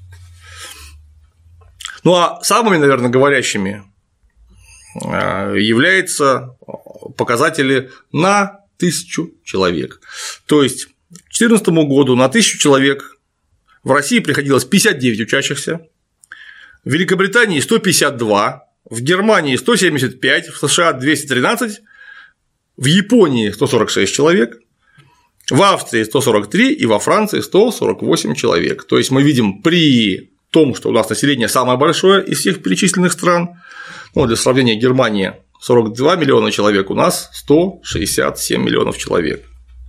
Ну а самыми, наверное, говорящими являются показатели на 1000 человек. То есть к 2014 году на 1000 человек в России приходилось 59 учащихся, в Великобритании 152, в Германии 175, в США 213, в Японии 146 человек, в Австрии 143 и во Франции 148 человек. То есть мы видим при том, что у нас население самое большое из всех перечисленных стран, ну, для сравнения, Германия 42 миллиона человек, у нас 167 миллионов человек.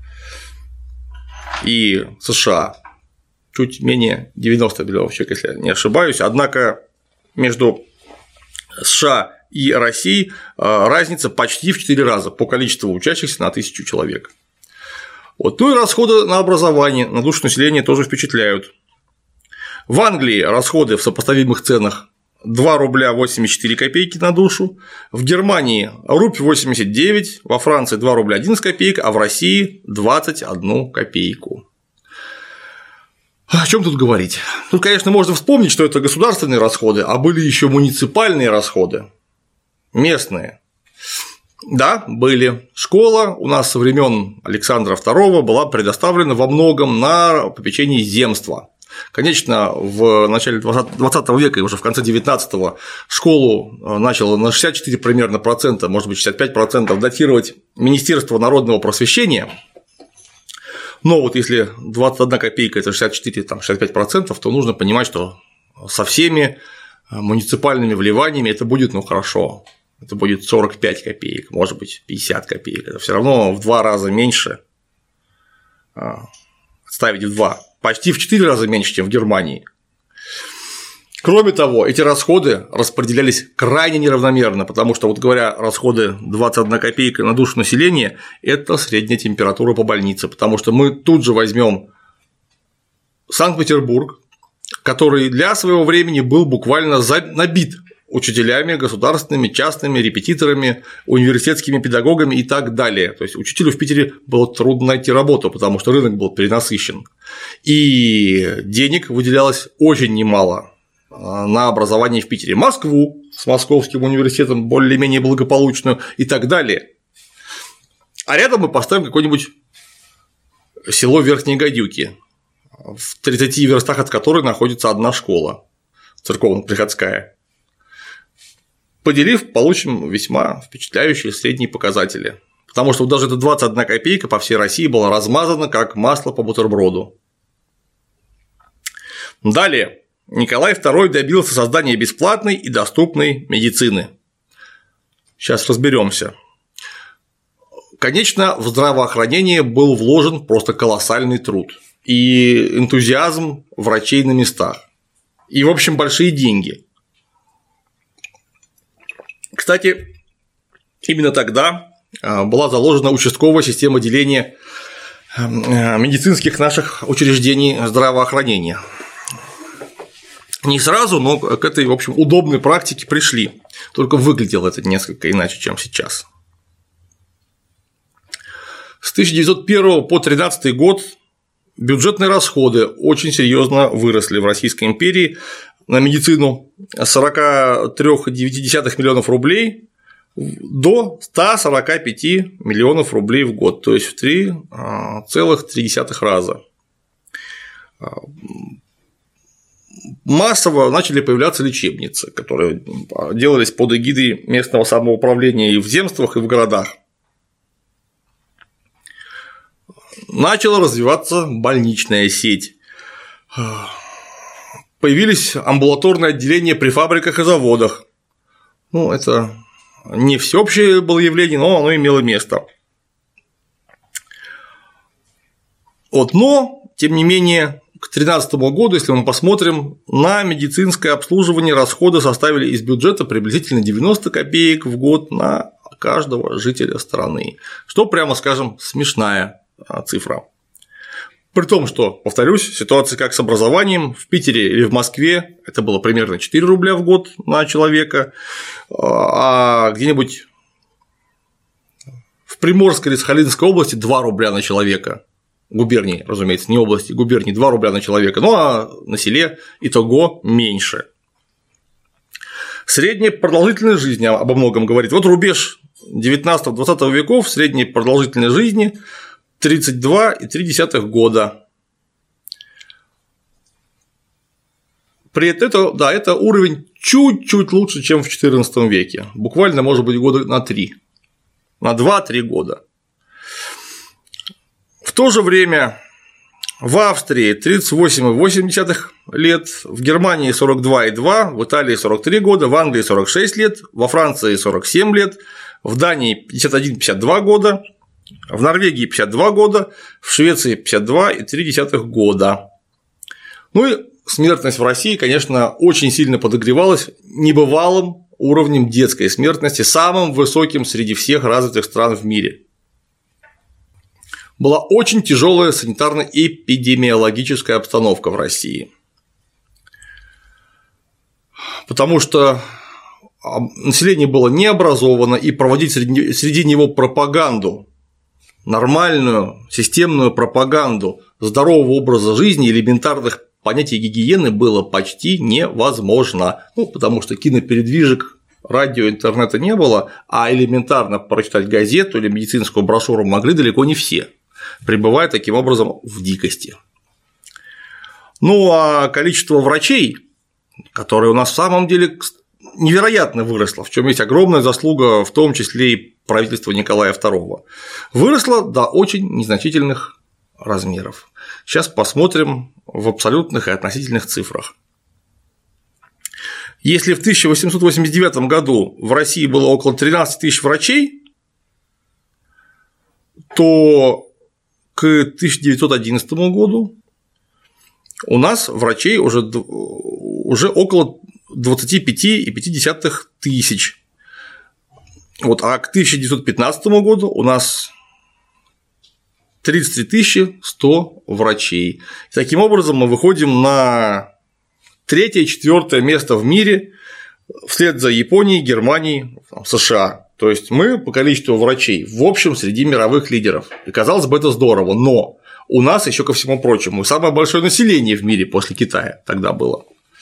И США чуть менее 90 миллионов человек, если я не ошибаюсь. Однако между США и Россией разница почти в 4 раза по количеству учащихся на 1000 человек. Вот. Ну и расходы на образование, на душу населения тоже впечатляют. В Англии расходы в сопоставимых ценах 2 рубля 84 копейки на душу, в Германии рубль 89, во Франции 2 рубля 11 копеек, а в России 21 копейку. О чем тут говорить? Тут, конечно, можно вспомнить, что это государственные расходы, а были еще муниципальные расходы, местные. Да, были. Школа у нас со времен Александра II была предоставлена во многом на попечение земства. Конечно, в начале 20 века и уже в конце 19-го школу начало на 64 примерно процента, может быть 65% датировать Министерство народного просвещения. Но вот если 21 копейка – это 64-65%, то нужно понимать, что со всеми муниципальными вливаниями это будет, ну, хорошо, это будет 45 копеек, может быть 50 копеек, это все равно в 2 раза меньше, ставить в 2, почти в 4 раза меньше, чем в Германии. Кроме того, эти расходы распределялись крайне неравномерно, потому что, вот говоря, расходы 21 копейка на душу населения – это средняя температура по больнице, потому что мы тут же возьмем Санкт-Петербург, который для своего времени был буквально набит учителями государственными, частными, репетиторами, университетскими педагогами и так далее. То есть учителю в Питере было трудно найти работу, потому что рынок был перенасыщен. И денег выделялось очень немало на образование в Питере. Москву с Московским университетом более-менее благополучную и так далее. А рядом мы поставим какое-нибудь село Верхние Гадюки, в 30 верстах от которой находится одна школа церковно-приходская. Поделив, получим весьма впечатляющие средние показатели, потому что вот даже эта 21 копейка по всей России была размазана как масло по бутерброду. Далее Николай II добился создания бесплатной и доступной медицины. Сейчас разберемся. Конечно, в здравоохранение был вложен просто колоссальный труд и энтузиазм врачей на местах, и, в общем, большие деньги. Кстати, именно тогда была заложена участковая система деления медицинских наших учреждений здравоохранения. Не сразу, но к этой, в общем, удобной практике пришли. Только выглядело это несколько иначе, чем сейчас. С 1901 по 1913 год бюджетные расходы очень серьезно выросли в Российской империи на медицину с 43,9 миллионов рублей до 145 миллионов рублей в год, то есть в 3,3 раза. Массово начали появляться лечебницы, которые делались под эгидой местного самоуправления и в земствах, и в городах. Начала развиваться больничная сеть. Появились амбулаторные отделения при фабриках и заводах. Ну, это не всеобщее было явление, но оно имело место. Вот, но, тем не менее, к 2013 году, если мы посмотрим, на медицинское обслуживание расходы составили из бюджета приблизительно 90 копеек в год на каждого жителя страны, что, прямо скажем, смешная цифра. При том, что, повторюсь, ситуация как с образованием в Питере или в Москве это было примерно 4 рубля в год на человека, а где-нибудь в Приморской или Сахалинской области 2 рубля на человека. Губернии, разумеется, не области, губернии 2 рубля на человека, ну а на селе итого меньше. Средняя продолжительность жизни обо многом говорит. Вот рубеж 19-20 веков, средняя продолжительность жизни 32,3 года. При этом, да, это уровень чуть-чуть лучше, чем в XIV веке, буквально, может быть, года на 3, на 2-3 года. В то же время в Австрии 38,8 лет, в Германии 42,2, в Италии 43 года, в Англии 46 лет, во Франции 47 лет, в Дании 51,52 года, в Норвегии 52 года, в Швеции 52,3 года. Ну и смертность в России, конечно, очень сильно подогревалась небывалым уровнем детской смертности, самым высоким среди всех развитых стран в мире. Была очень тяжелая санитарно-эпидемиологическая обстановка в России, потому что население было не образовано, и проводить среди него пропаганду, нормальную системную пропаганду здорового образа жизни, элементарных понятий гигиены было почти невозможно, ну, потому что кинопередвижек, радио, интернета не было, а элементарно прочитать газету или медицинскую брошюру могли далеко не все, пребывая таким образом в дикости. Ну а количество врачей, которое у нас в самом деле невероятно выросло, в чем есть огромная заслуга, в том числе и правительства Николая II, выросло до очень незначительных размеров. Сейчас посмотрим в абсолютных и относительных цифрах. Если в 1889 году в России было около 13 тысяч врачей, то к 1911 году у нас врачей уже около 25,5 тысяч. Вот, а к 1915 году у нас 33 100 врачей. И таким образом мы выходим на 3-4 место в мире вслед за Японией, Германией, США. То есть мы по количеству врачей в общем среди мировых лидеров. И казалось бы, это здорово, но у нас еще ко всему прочему самое большое население в мире после Китая тогда было.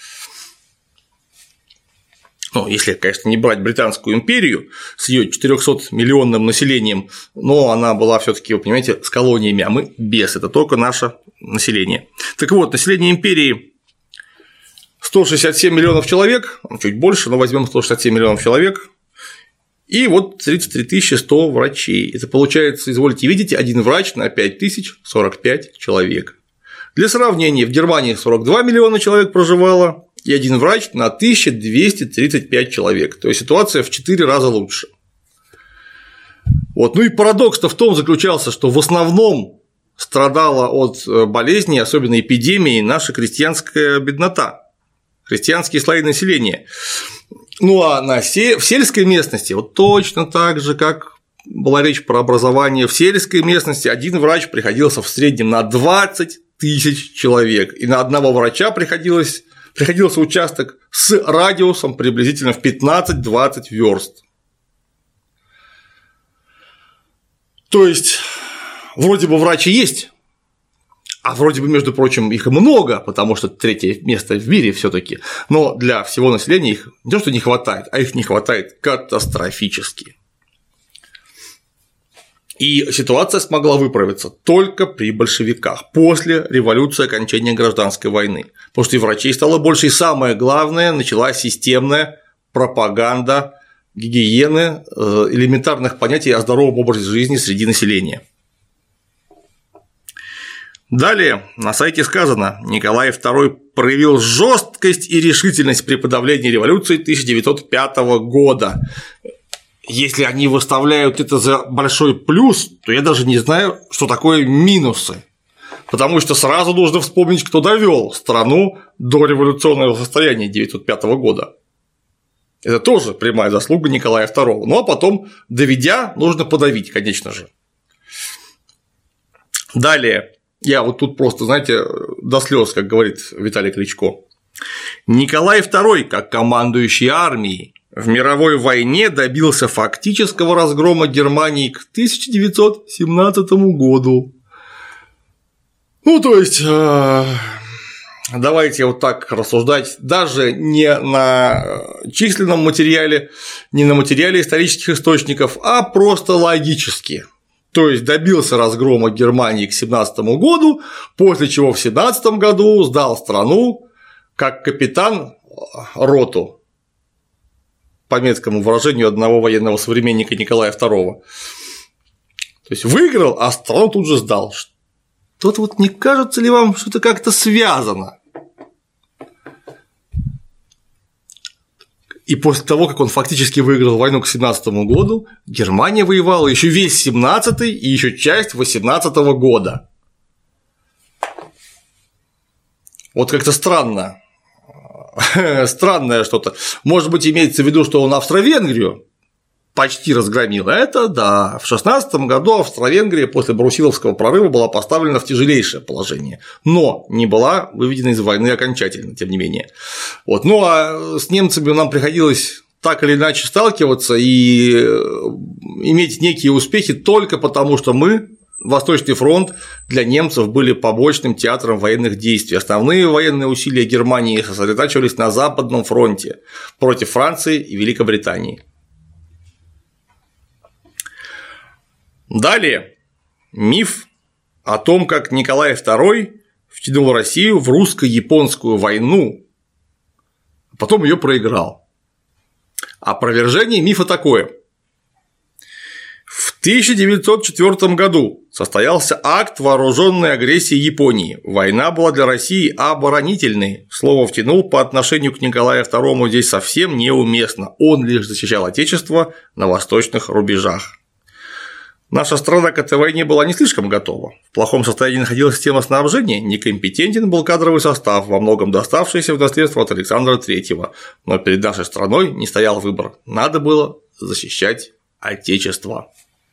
Ну, если, конечно, не брать Британскую империю с ее 400-миллионным населением, но она была все-таки, вы понимаете, с колониями, а мы без, это только наше население. Так вот, население империи 167 миллионов человек, чуть больше, но возьмем 167 миллионов человек, и вот 33 100 врачей. Это получается, извольте видеть, один врач на 5045 человек. Для сравнения, в Германии 42 миллиона человек проживало, и один врач на 1235 человек. То есть ситуация в 4 раза лучше. Вот. Ну и парадокс-то в том заключался, что в основном страдала от болезней, особенно эпидемии, наша крестьянская беднота, крестьянские слои населения. Ну а в сельской местности вот точно так же, как была речь про образование, в сельской местности один врач приходился в среднем на 20 тысяч человек, и на одного врача приходился участок с радиусом приблизительно в 15-20 верст. То есть, вроде бы врачи есть, а вроде бы, между прочим, их много, потому что третье место в мире все-таки, но для всего населения их не то, что не хватает, а их не хватает катастрофически. И ситуация смогла выправиться только при большевиках, после революции, окончания гражданской войны, потому что и врачей стало больше, и самое главное, началась системная пропаганда гигиены, элементарных понятий о здоровом образе жизни среди населения. Далее на сайте сказано: Николай II проявил жесткость и решительность при подавлении революции 1905 года. Если они выставляют это за большой плюс, то я даже не знаю, что такое минусы, потому что сразу нужно вспомнить, кто довел страну до революционного состояния 1905 года. Это тоже прямая заслуга Николая II. Ну а потом, доведя, нужно подавить, конечно же. Далее. Я вот тут просто, знаете, до слез, как говорит Виталий Кличко. Николай II, как командующий армией, в мировой войне добился фактического разгрома Германии к 1917 году. Ну, то есть, давайте вот так рассуждать, даже не на численном материале, не на материале исторических источников, а просто логически. То есть добился разгрома Германии к 1917 году, после чего в 1917 году сдал страну как капитан роту, по меткому выражению одного военного современника Николая II. То есть выиграл, а страну тут же сдал. Что-то вот не кажется ли вам, что это как-то связано? И после того, как он фактически выиграл войну к 1917 году, Германия воевала еще весь 17-й и еще часть 18-го года. Вот как-то странно. Странное что-то. Может быть, имеется в виду, что он Австро-Венгрию почти разгромил. Это да. В 16 году Австро-Венгрия после Брусиловского прорыва была поставлена в тяжелейшее положение, но не была выведена из войны окончательно, тем не менее. Вот. Ну а с немцами нам приходилось так или иначе сталкиваться и иметь некие успехи только потому, что мы, Восточный фронт, для немцев были побочным театром военных действий. Основные военные усилия Германии сосредотачивались на Западном фронте против Франции и Великобритании. Далее миф о том, как Николай II втянул Россию в русско-японскую войну, а потом ее проиграл. Опровержение мифа такое. В 1904 году состоялся акт вооруженной агрессии Японии. Война была для России оборонительной. Слово «втянул» по отношению к Николаю II здесь совсем неуместно. Он лишь защищал Отечество на восточных рубежах. Наша страна к этой войне была не слишком готова. В плохом состоянии находилась система снабжения, некомпетентен был кадровый состав, во многом доставшийся в наследство от Александра III. Но перед нашей страной не стоял выбор. Надо было защищать Отечество.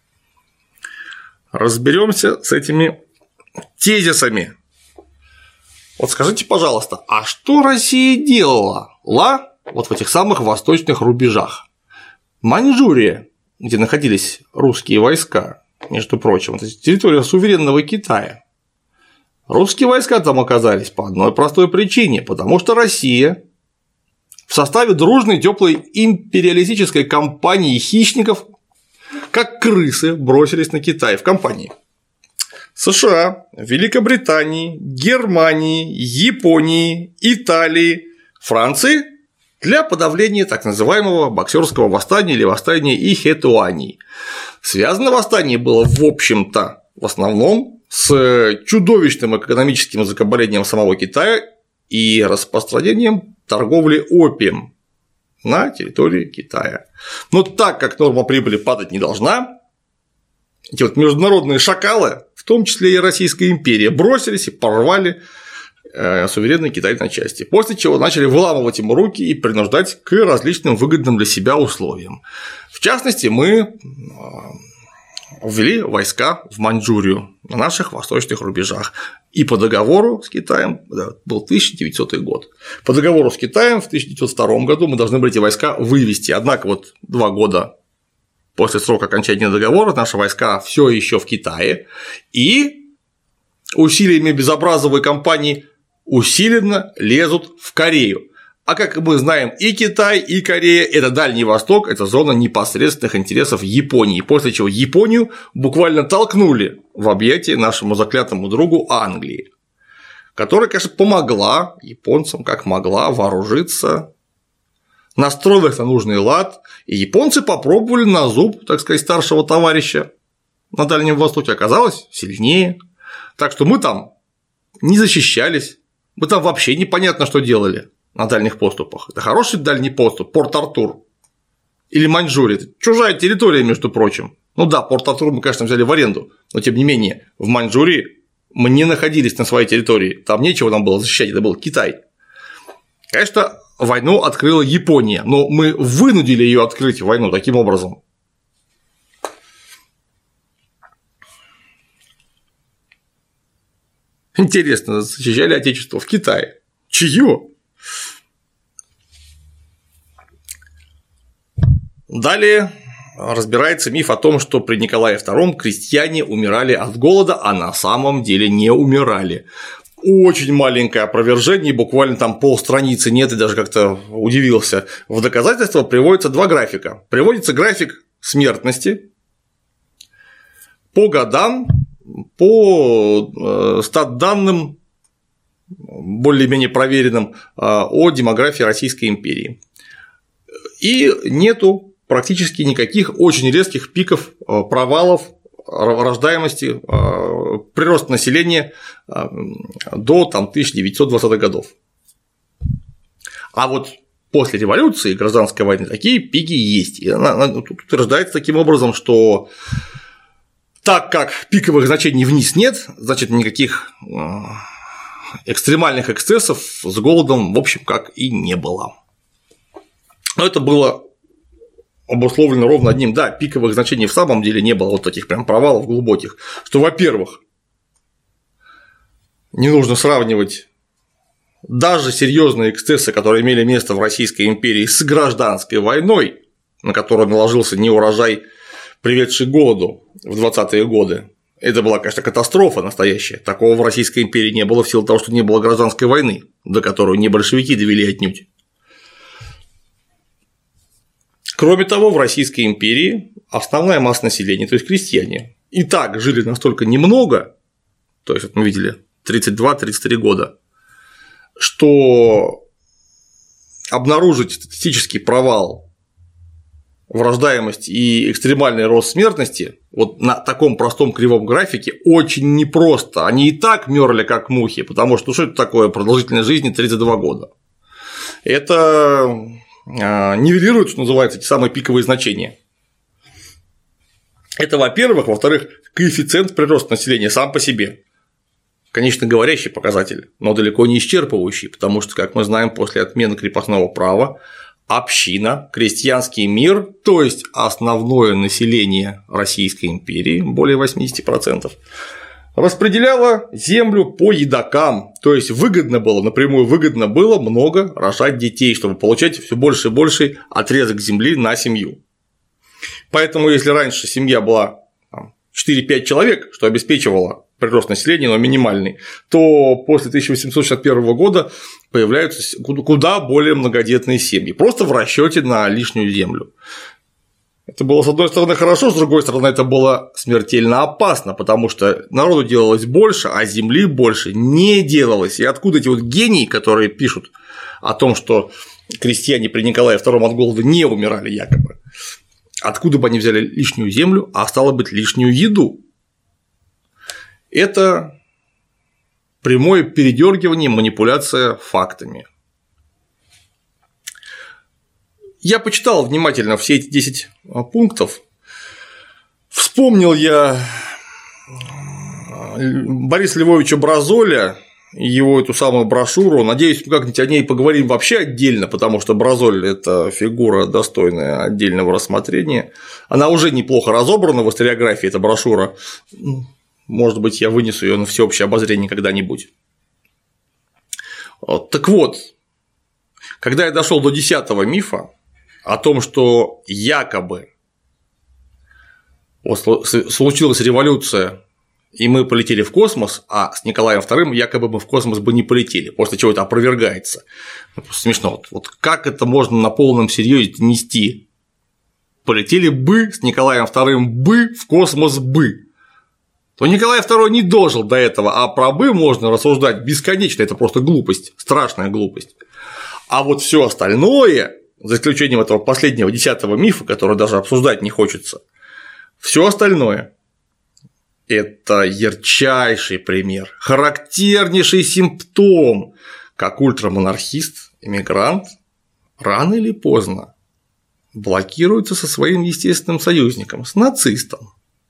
Разберемся с этими тезисами. Вот скажите, пожалуйста, а что Россия делала вот в этих самых восточных рубежах? Маньчжурия, где находились русские войска, между прочим, это территория суверенного Китая. Русские войска там оказались по одной простой причине, потому что Россия в составе дружной теплой империалистической кампании хищников, как крысы, бросились на Китай в компании США, Великобритании, Германии, Японии, Италии, Франции для подавления так называемого боксерского восстания или восстания Ихэтуаней. Связано восстание было, в общем-то, в основном с чудовищным экономическим закабалением самого Китая и распространением торговли опием на территории Китая. Но так как норма прибыли падать не должна, эти вот международные шакалы, в том числе и Российская империя, бросились и порвали суверенный Китай на части, после чего начали выламывать ему руки и принуждать к различным выгодным для себя условиям. В частности, мы ввели войска в Маньчжурию на наших восточных рубежах. И по договору с Китаем, да, был 1900 год, по договору с Китаем в 1902 году мы должны были эти войска вывести. Однако вот 2 года после срока окончания договора наши войска все еще в Китае, и усилиями безобразовой кампании усиленно лезут в Корею. А как мы знаем, и Китай, и Корея – это Дальний Восток, это зона непосредственных интересов Японии, после чего Японию буквально толкнули в объятия нашему заклятому другу Англии, которая, конечно, помогла японцам как могла вооружиться, настроилась на нужный лад, и японцы попробовали на зуб, так сказать, старшего товарища на Дальнем Востоке, оказалось сильнее, так что мы там не защищались, мы там вообще непонятно, что делали. На дальних поступах. Это хороший дальний поступ, Порт-Артур или Маньчжурия. Это чужая территория, между прочим. Ну да, Порт-Артур мы, конечно, взяли в аренду, но тем не менее, в Маньчжурии мы не находились на своей территории, там нечего нам было защищать, это был Китай. Конечно, войну открыла Япония, но мы вынудили ее открыть войну таким образом. Интересно, защищали отечество в Китае. Чье? Далее разбирается миф о том, что при Николае II крестьяне умирали от голода, а на самом деле не умирали. Очень маленькое опровержение, буквально там полстраницы нет, и даже как-то удивился. В доказательство приводятся 2 графика. Приводится график смертности по годам, по статданным, более-менее проверенным, о демографии Российской империи. И нету практически никаких очень резких пиков провалов рождаемости, прироста населения до 1920-х годов. А вот после революции и гражданской войны такие пики есть. И она тут утверждается таким образом, что так как пиковых значений вниз нет, значит никаких экстремальных эксцессов с голодом, в общем, как и не было. Но это было обусловлено ровно одним, да, пиковых значений в самом деле не было, вот таких прям провалов глубоких, что, во-первых, не нужно сравнивать даже серьезные эксцессы, которые имели место в Российской империи, с гражданской войной, на которую наложился неурожай, приведший к голоду в 20-е годы. Это была, конечно, катастрофа настоящая. Такого в Российской империи не было в силу того, что не было гражданской войны, до которой не большевики довели отнюдь. Кроме того, в Российской империи основная масса населения, то есть крестьяне, и так жили настолько немного, то есть, вот мы видели, 32-33 года, что обнаружить статистический провал в рождаемости и экстремальный рост смертности вот на таком простом кривом графике очень непросто. Они и так мёрли как мухи, потому что что это такое продолжительность жизни 32 года? Это нивелирует, что называется, эти самые пиковые значения. Это, во-первых. Во-вторых, коэффициент прироста населения сам по себе. Конечно, говорящий показатель, но далеко не исчерпывающий, потому что, как мы знаем, после отмены крепостного права община, крестьянский мир, то есть основное население Российской империи, более 80%, распределяла землю по едокам, то есть выгодно было, напрямую выгодно было много рожать детей, чтобы получать все больше и больше отрезок земли на семью. Поэтому, если раньше семья была 4-5 человек, что обеспечивало прирост населения, но минимальный, то после 1861 года появляются куда более многодетные семьи, просто в расчете на лишнюю землю. Это было, с одной стороны, хорошо, с другой стороны, это было смертельно опасно, потому что народу делалось больше, а земли больше не делалось. И откуда эти вот гении, которые пишут о том, что крестьяне при Николае II от голода не умирали якобы, откуда бы они взяли лишнюю землю, а стало быть, лишнюю еду? Это прямое передергивание, манипуляция фактами. Я почитал внимательно все эти 10 пунктов. Вспомнил я Бориса Львовича Бразоля его эту самую брошюру. Надеюсь, мы как-нибудь о ней поговорим вообще отдельно, потому что Бразоль – это фигура, достойная отдельного рассмотрения. Она уже неплохо разобрана в историографии, эта брошюра. Может быть, я вынесу ее на всеобщее обозрение когда-нибудь. Так вот, когда я дошел до 10-го мифа о том, что якобы случилась революция, и мы полетели в космос, а с Николаем II якобы мы в космос бы не полетели, после чего это опровергается. Просто смешно. Вот как это можно на полном серьезе нести? Полетели бы с Николаем II бы в космос бы. То Николай II не дожил до этого, а про бы можно рассуждать бесконечно, это просто глупость, страшная глупость. А вот все остальное, за исключением этого последнего 10-го мифа, который даже обсуждать не хочется, все остальное – это ярчайший пример, характернейший симптом, как ультрамонархист, эмигрант рано или поздно блокируется со своим естественным союзником, с нацистом.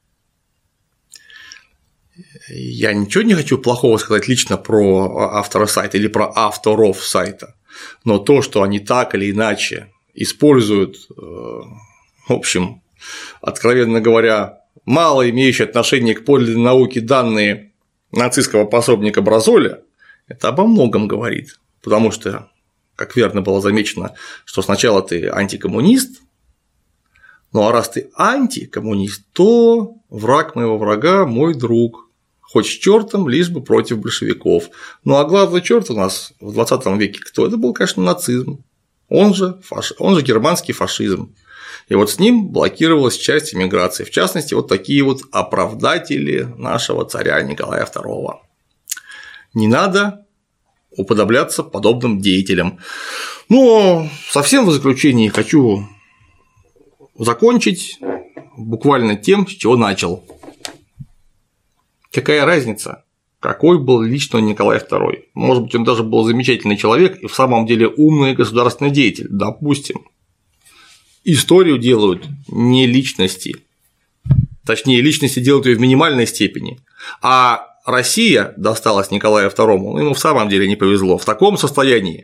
Я ничего не хочу плохого сказать лично про автора сайта или про авторов сайта, но то, что они так или иначе используют, в общем, откровенно говоря, мало имеющие отношение к подлинной науке данные нацистского пособника Бразоля, это обо многом говорит, потому что, как верно было замечено, что сначала ты антикоммунист, ну а раз ты антикоммунист, то враг моего врага – мой друг, хоть с чертом, лишь бы против большевиков. Ну а главный черт у нас в 20 веке кто? Это был, конечно, нацизм, он же германский фашизм. И вот с ним блокировалась часть эмиграции, в частности, вот такие вот оправдатели нашего царя Николая II. Не надо уподобляться подобным деятелям. Но совсем в заключении хочу закончить буквально тем, с чего начал. Какая разница, какой был лично Николай II? Может быть, он даже был замечательный человек и в самом деле умный государственный деятель, допустим. Историю делают не личности, точнее, личности делают ее в минимальной степени, а Россия досталась Николаю II, ему в самом деле не повезло, в таком состоянии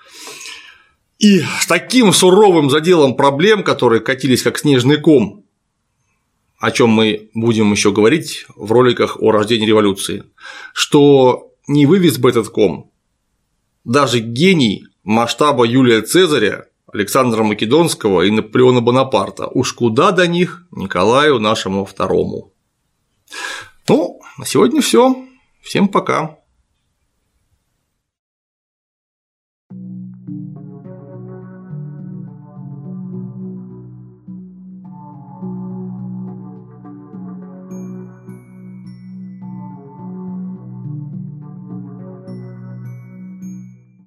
и с таким суровым заделом проблем, которые катились как снежный ком, о чем мы будем еще говорить в роликах о рождении революции, что не вывез бы этот ком даже гений масштаба Юлия Цезаря, Александра Македонского и Наполеона Бонапарта. Уж куда до них Николаю нашему II. Ну, на сегодня все. Всем пока.